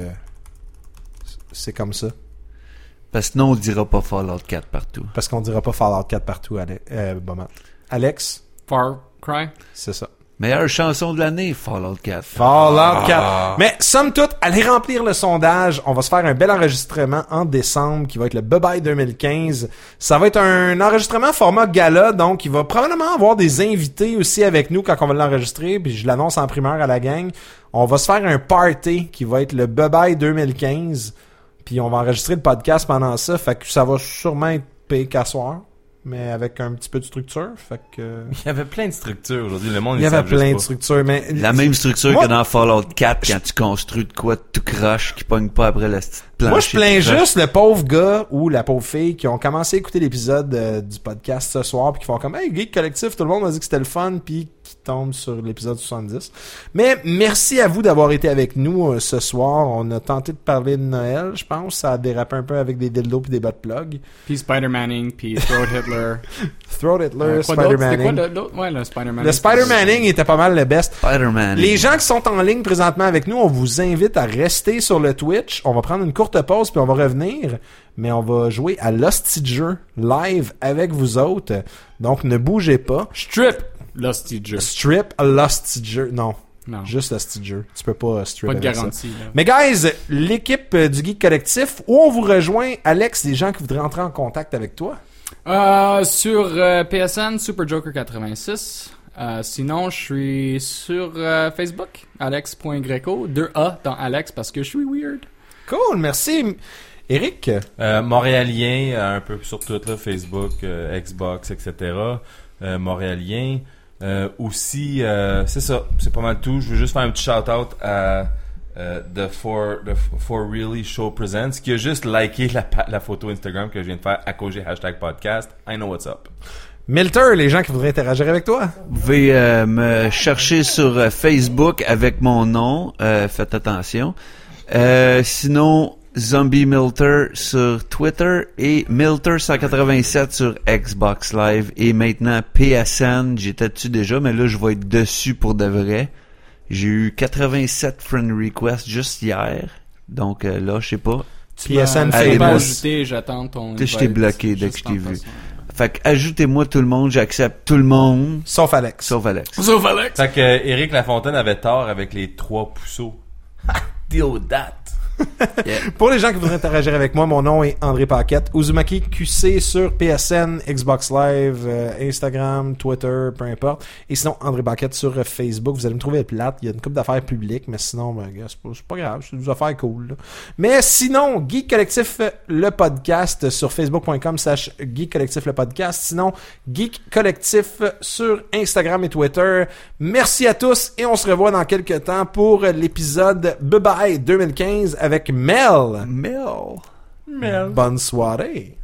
c'est comme ça. Parce que sinon, on dira pas Fallout quatre partout. Parce qu'on dira pas Fallout quatre partout, Ale- euh, Bomod. Alex, Far Cry. c'est ça. Meilleure chanson de l'année, Fallout quatre. Fallout quatre. Mais somme toute, allez remplir le sondage. On va se faire un bel enregistrement en décembre qui va être le Bye Bye deux mille quinze. Ça va être un enregistrement format gala, donc il va probablement avoir des invités aussi avec nous quand on va l'enregistrer. Puis je l'annonce en primeur à la gang. On va se faire un party qui va être le Bye Bye deux mille quinze. Puis on va enregistrer le podcast pendant ça. Fait que ça va sûrement être payé qu'à soir, mais avec un petit peu de structure. Fait que... Il y avait plein de structures aujourd'hui. Le monde, Il y ils avait savent juste plein de pas. structures, mais... La même structure Moi- que dans Fallout quatre quand tu construis de quoi tout croche qui pogne pas après la petite planche. Moi, je plains juste le pauvre gars ou la pauvre fille qui ont commencé à écouter l'épisode euh, du podcast ce soir puis qui font comme « Hey, Geek Collectif, tout le monde m'a dit que c'était le fun » puis qui tombent sur l'épisode soixante-dix. Mais merci à vous d'avoir été avec nous euh, ce soir. On a tenté de parler de Noël, je pense. Ça a dérapé un peu avec des dildos puis des butt plugs. Puis Spider-Manning, puis Throat Hitler. Throat Hitler, Euh, quoi d'autre? C'était quoi Spider-Manning. le- l'autre? Ouais, le Spider-Manning. Le Spider-Manning était pas mal le best. Spider-Man. Les gens qui sont en ligne présentement avec nous, on vous invite à rester sur le Twitch. On va prendre une courte pause puis on va revenir. Mais on va jouer à l'hostie de jeu live avec vous autres. Donc ne bougez pas. Strip. Lusty Joe. Strip à l'hostie de jeu. Non, Non. juste l'hostie de jeu. Tu peux pas strip Pas de avec ça. garantie, là. Mais guys, l'équipe euh, du Geek Collectif, où on vous rejoint, Alex, des gens qui voudraient entrer en contact avec toi. Euh, sur euh, P S N, Super Joker quatre-vingt-six. Euh, sinon, je suis sur euh, Facebook, alex point greco, deux A dans Alex parce que je suis weird. Cool, merci. Eric, Euh, Montréalien, euh, un peu sur tout, là, Facebook, euh, Xbox, et cetera. Euh, Montréalien. Euh, aussi, euh, c'est ça, c'est pas mal tout. Je veux juste faire un petit shout-out à euh, The For The For Really Show Presents, qui a juste liké la, pa- la photo Instagram que je viens de faire à cause du hashtag podcast. I know what's up. Milter, les gens qui voudraient interagir avec toi. Vous pouvez euh, me chercher sur euh, Facebook avec mon nom. Euh, faites attention. Euh, sinon, Zombie Milter sur Twitter et Milter cent quatre-vingt-sept sur Xbox Live. Et maintenant, P S N, j'étais dessus déjà, mais là, je vais être dessus pour de vrai. J'ai eu quatre-vingt-sept friend requests juste hier. Donc euh, là, je sais pas. P S N Tu Allez, m'as pas moi, ajouté, j'attends ton je t'ai invite bloqué dès que juste je t'ai en vu. passant. Fait que ajoutez-moi tout le monde, j'accepte tout le monde, Sauf Alex. sauf Alex. Sauf Alex! Fait que euh, Éric Lafontaine avait tort avec les trois pousseaux. Deal with that. Yeah. Pour les gens qui voudraient interagir avec moi, mon nom est André Paquette. Uzumaki Q C sur P S N, Xbox Live, euh, Instagram, Twitter, peu importe. Et sinon, André Paquette sur euh, Facebook. Vous allez me trouver plate. Il y a une couple d'affaires publiques, mais sinon, ben, gars, c'est pas, c'est pas grave. C'est des affaires cool. Là. Mais sinon, Geek Collectif, le podcast sur facebook.com slash Geek Collectif, le podcast. Sinon, Geek Collectif sur Instagram et Twitter. Merci à tous et on se revoit dans quelques temps pour l'épisode Bye Bye deux mille quinze avec Mel. Mel. Bonne soirée.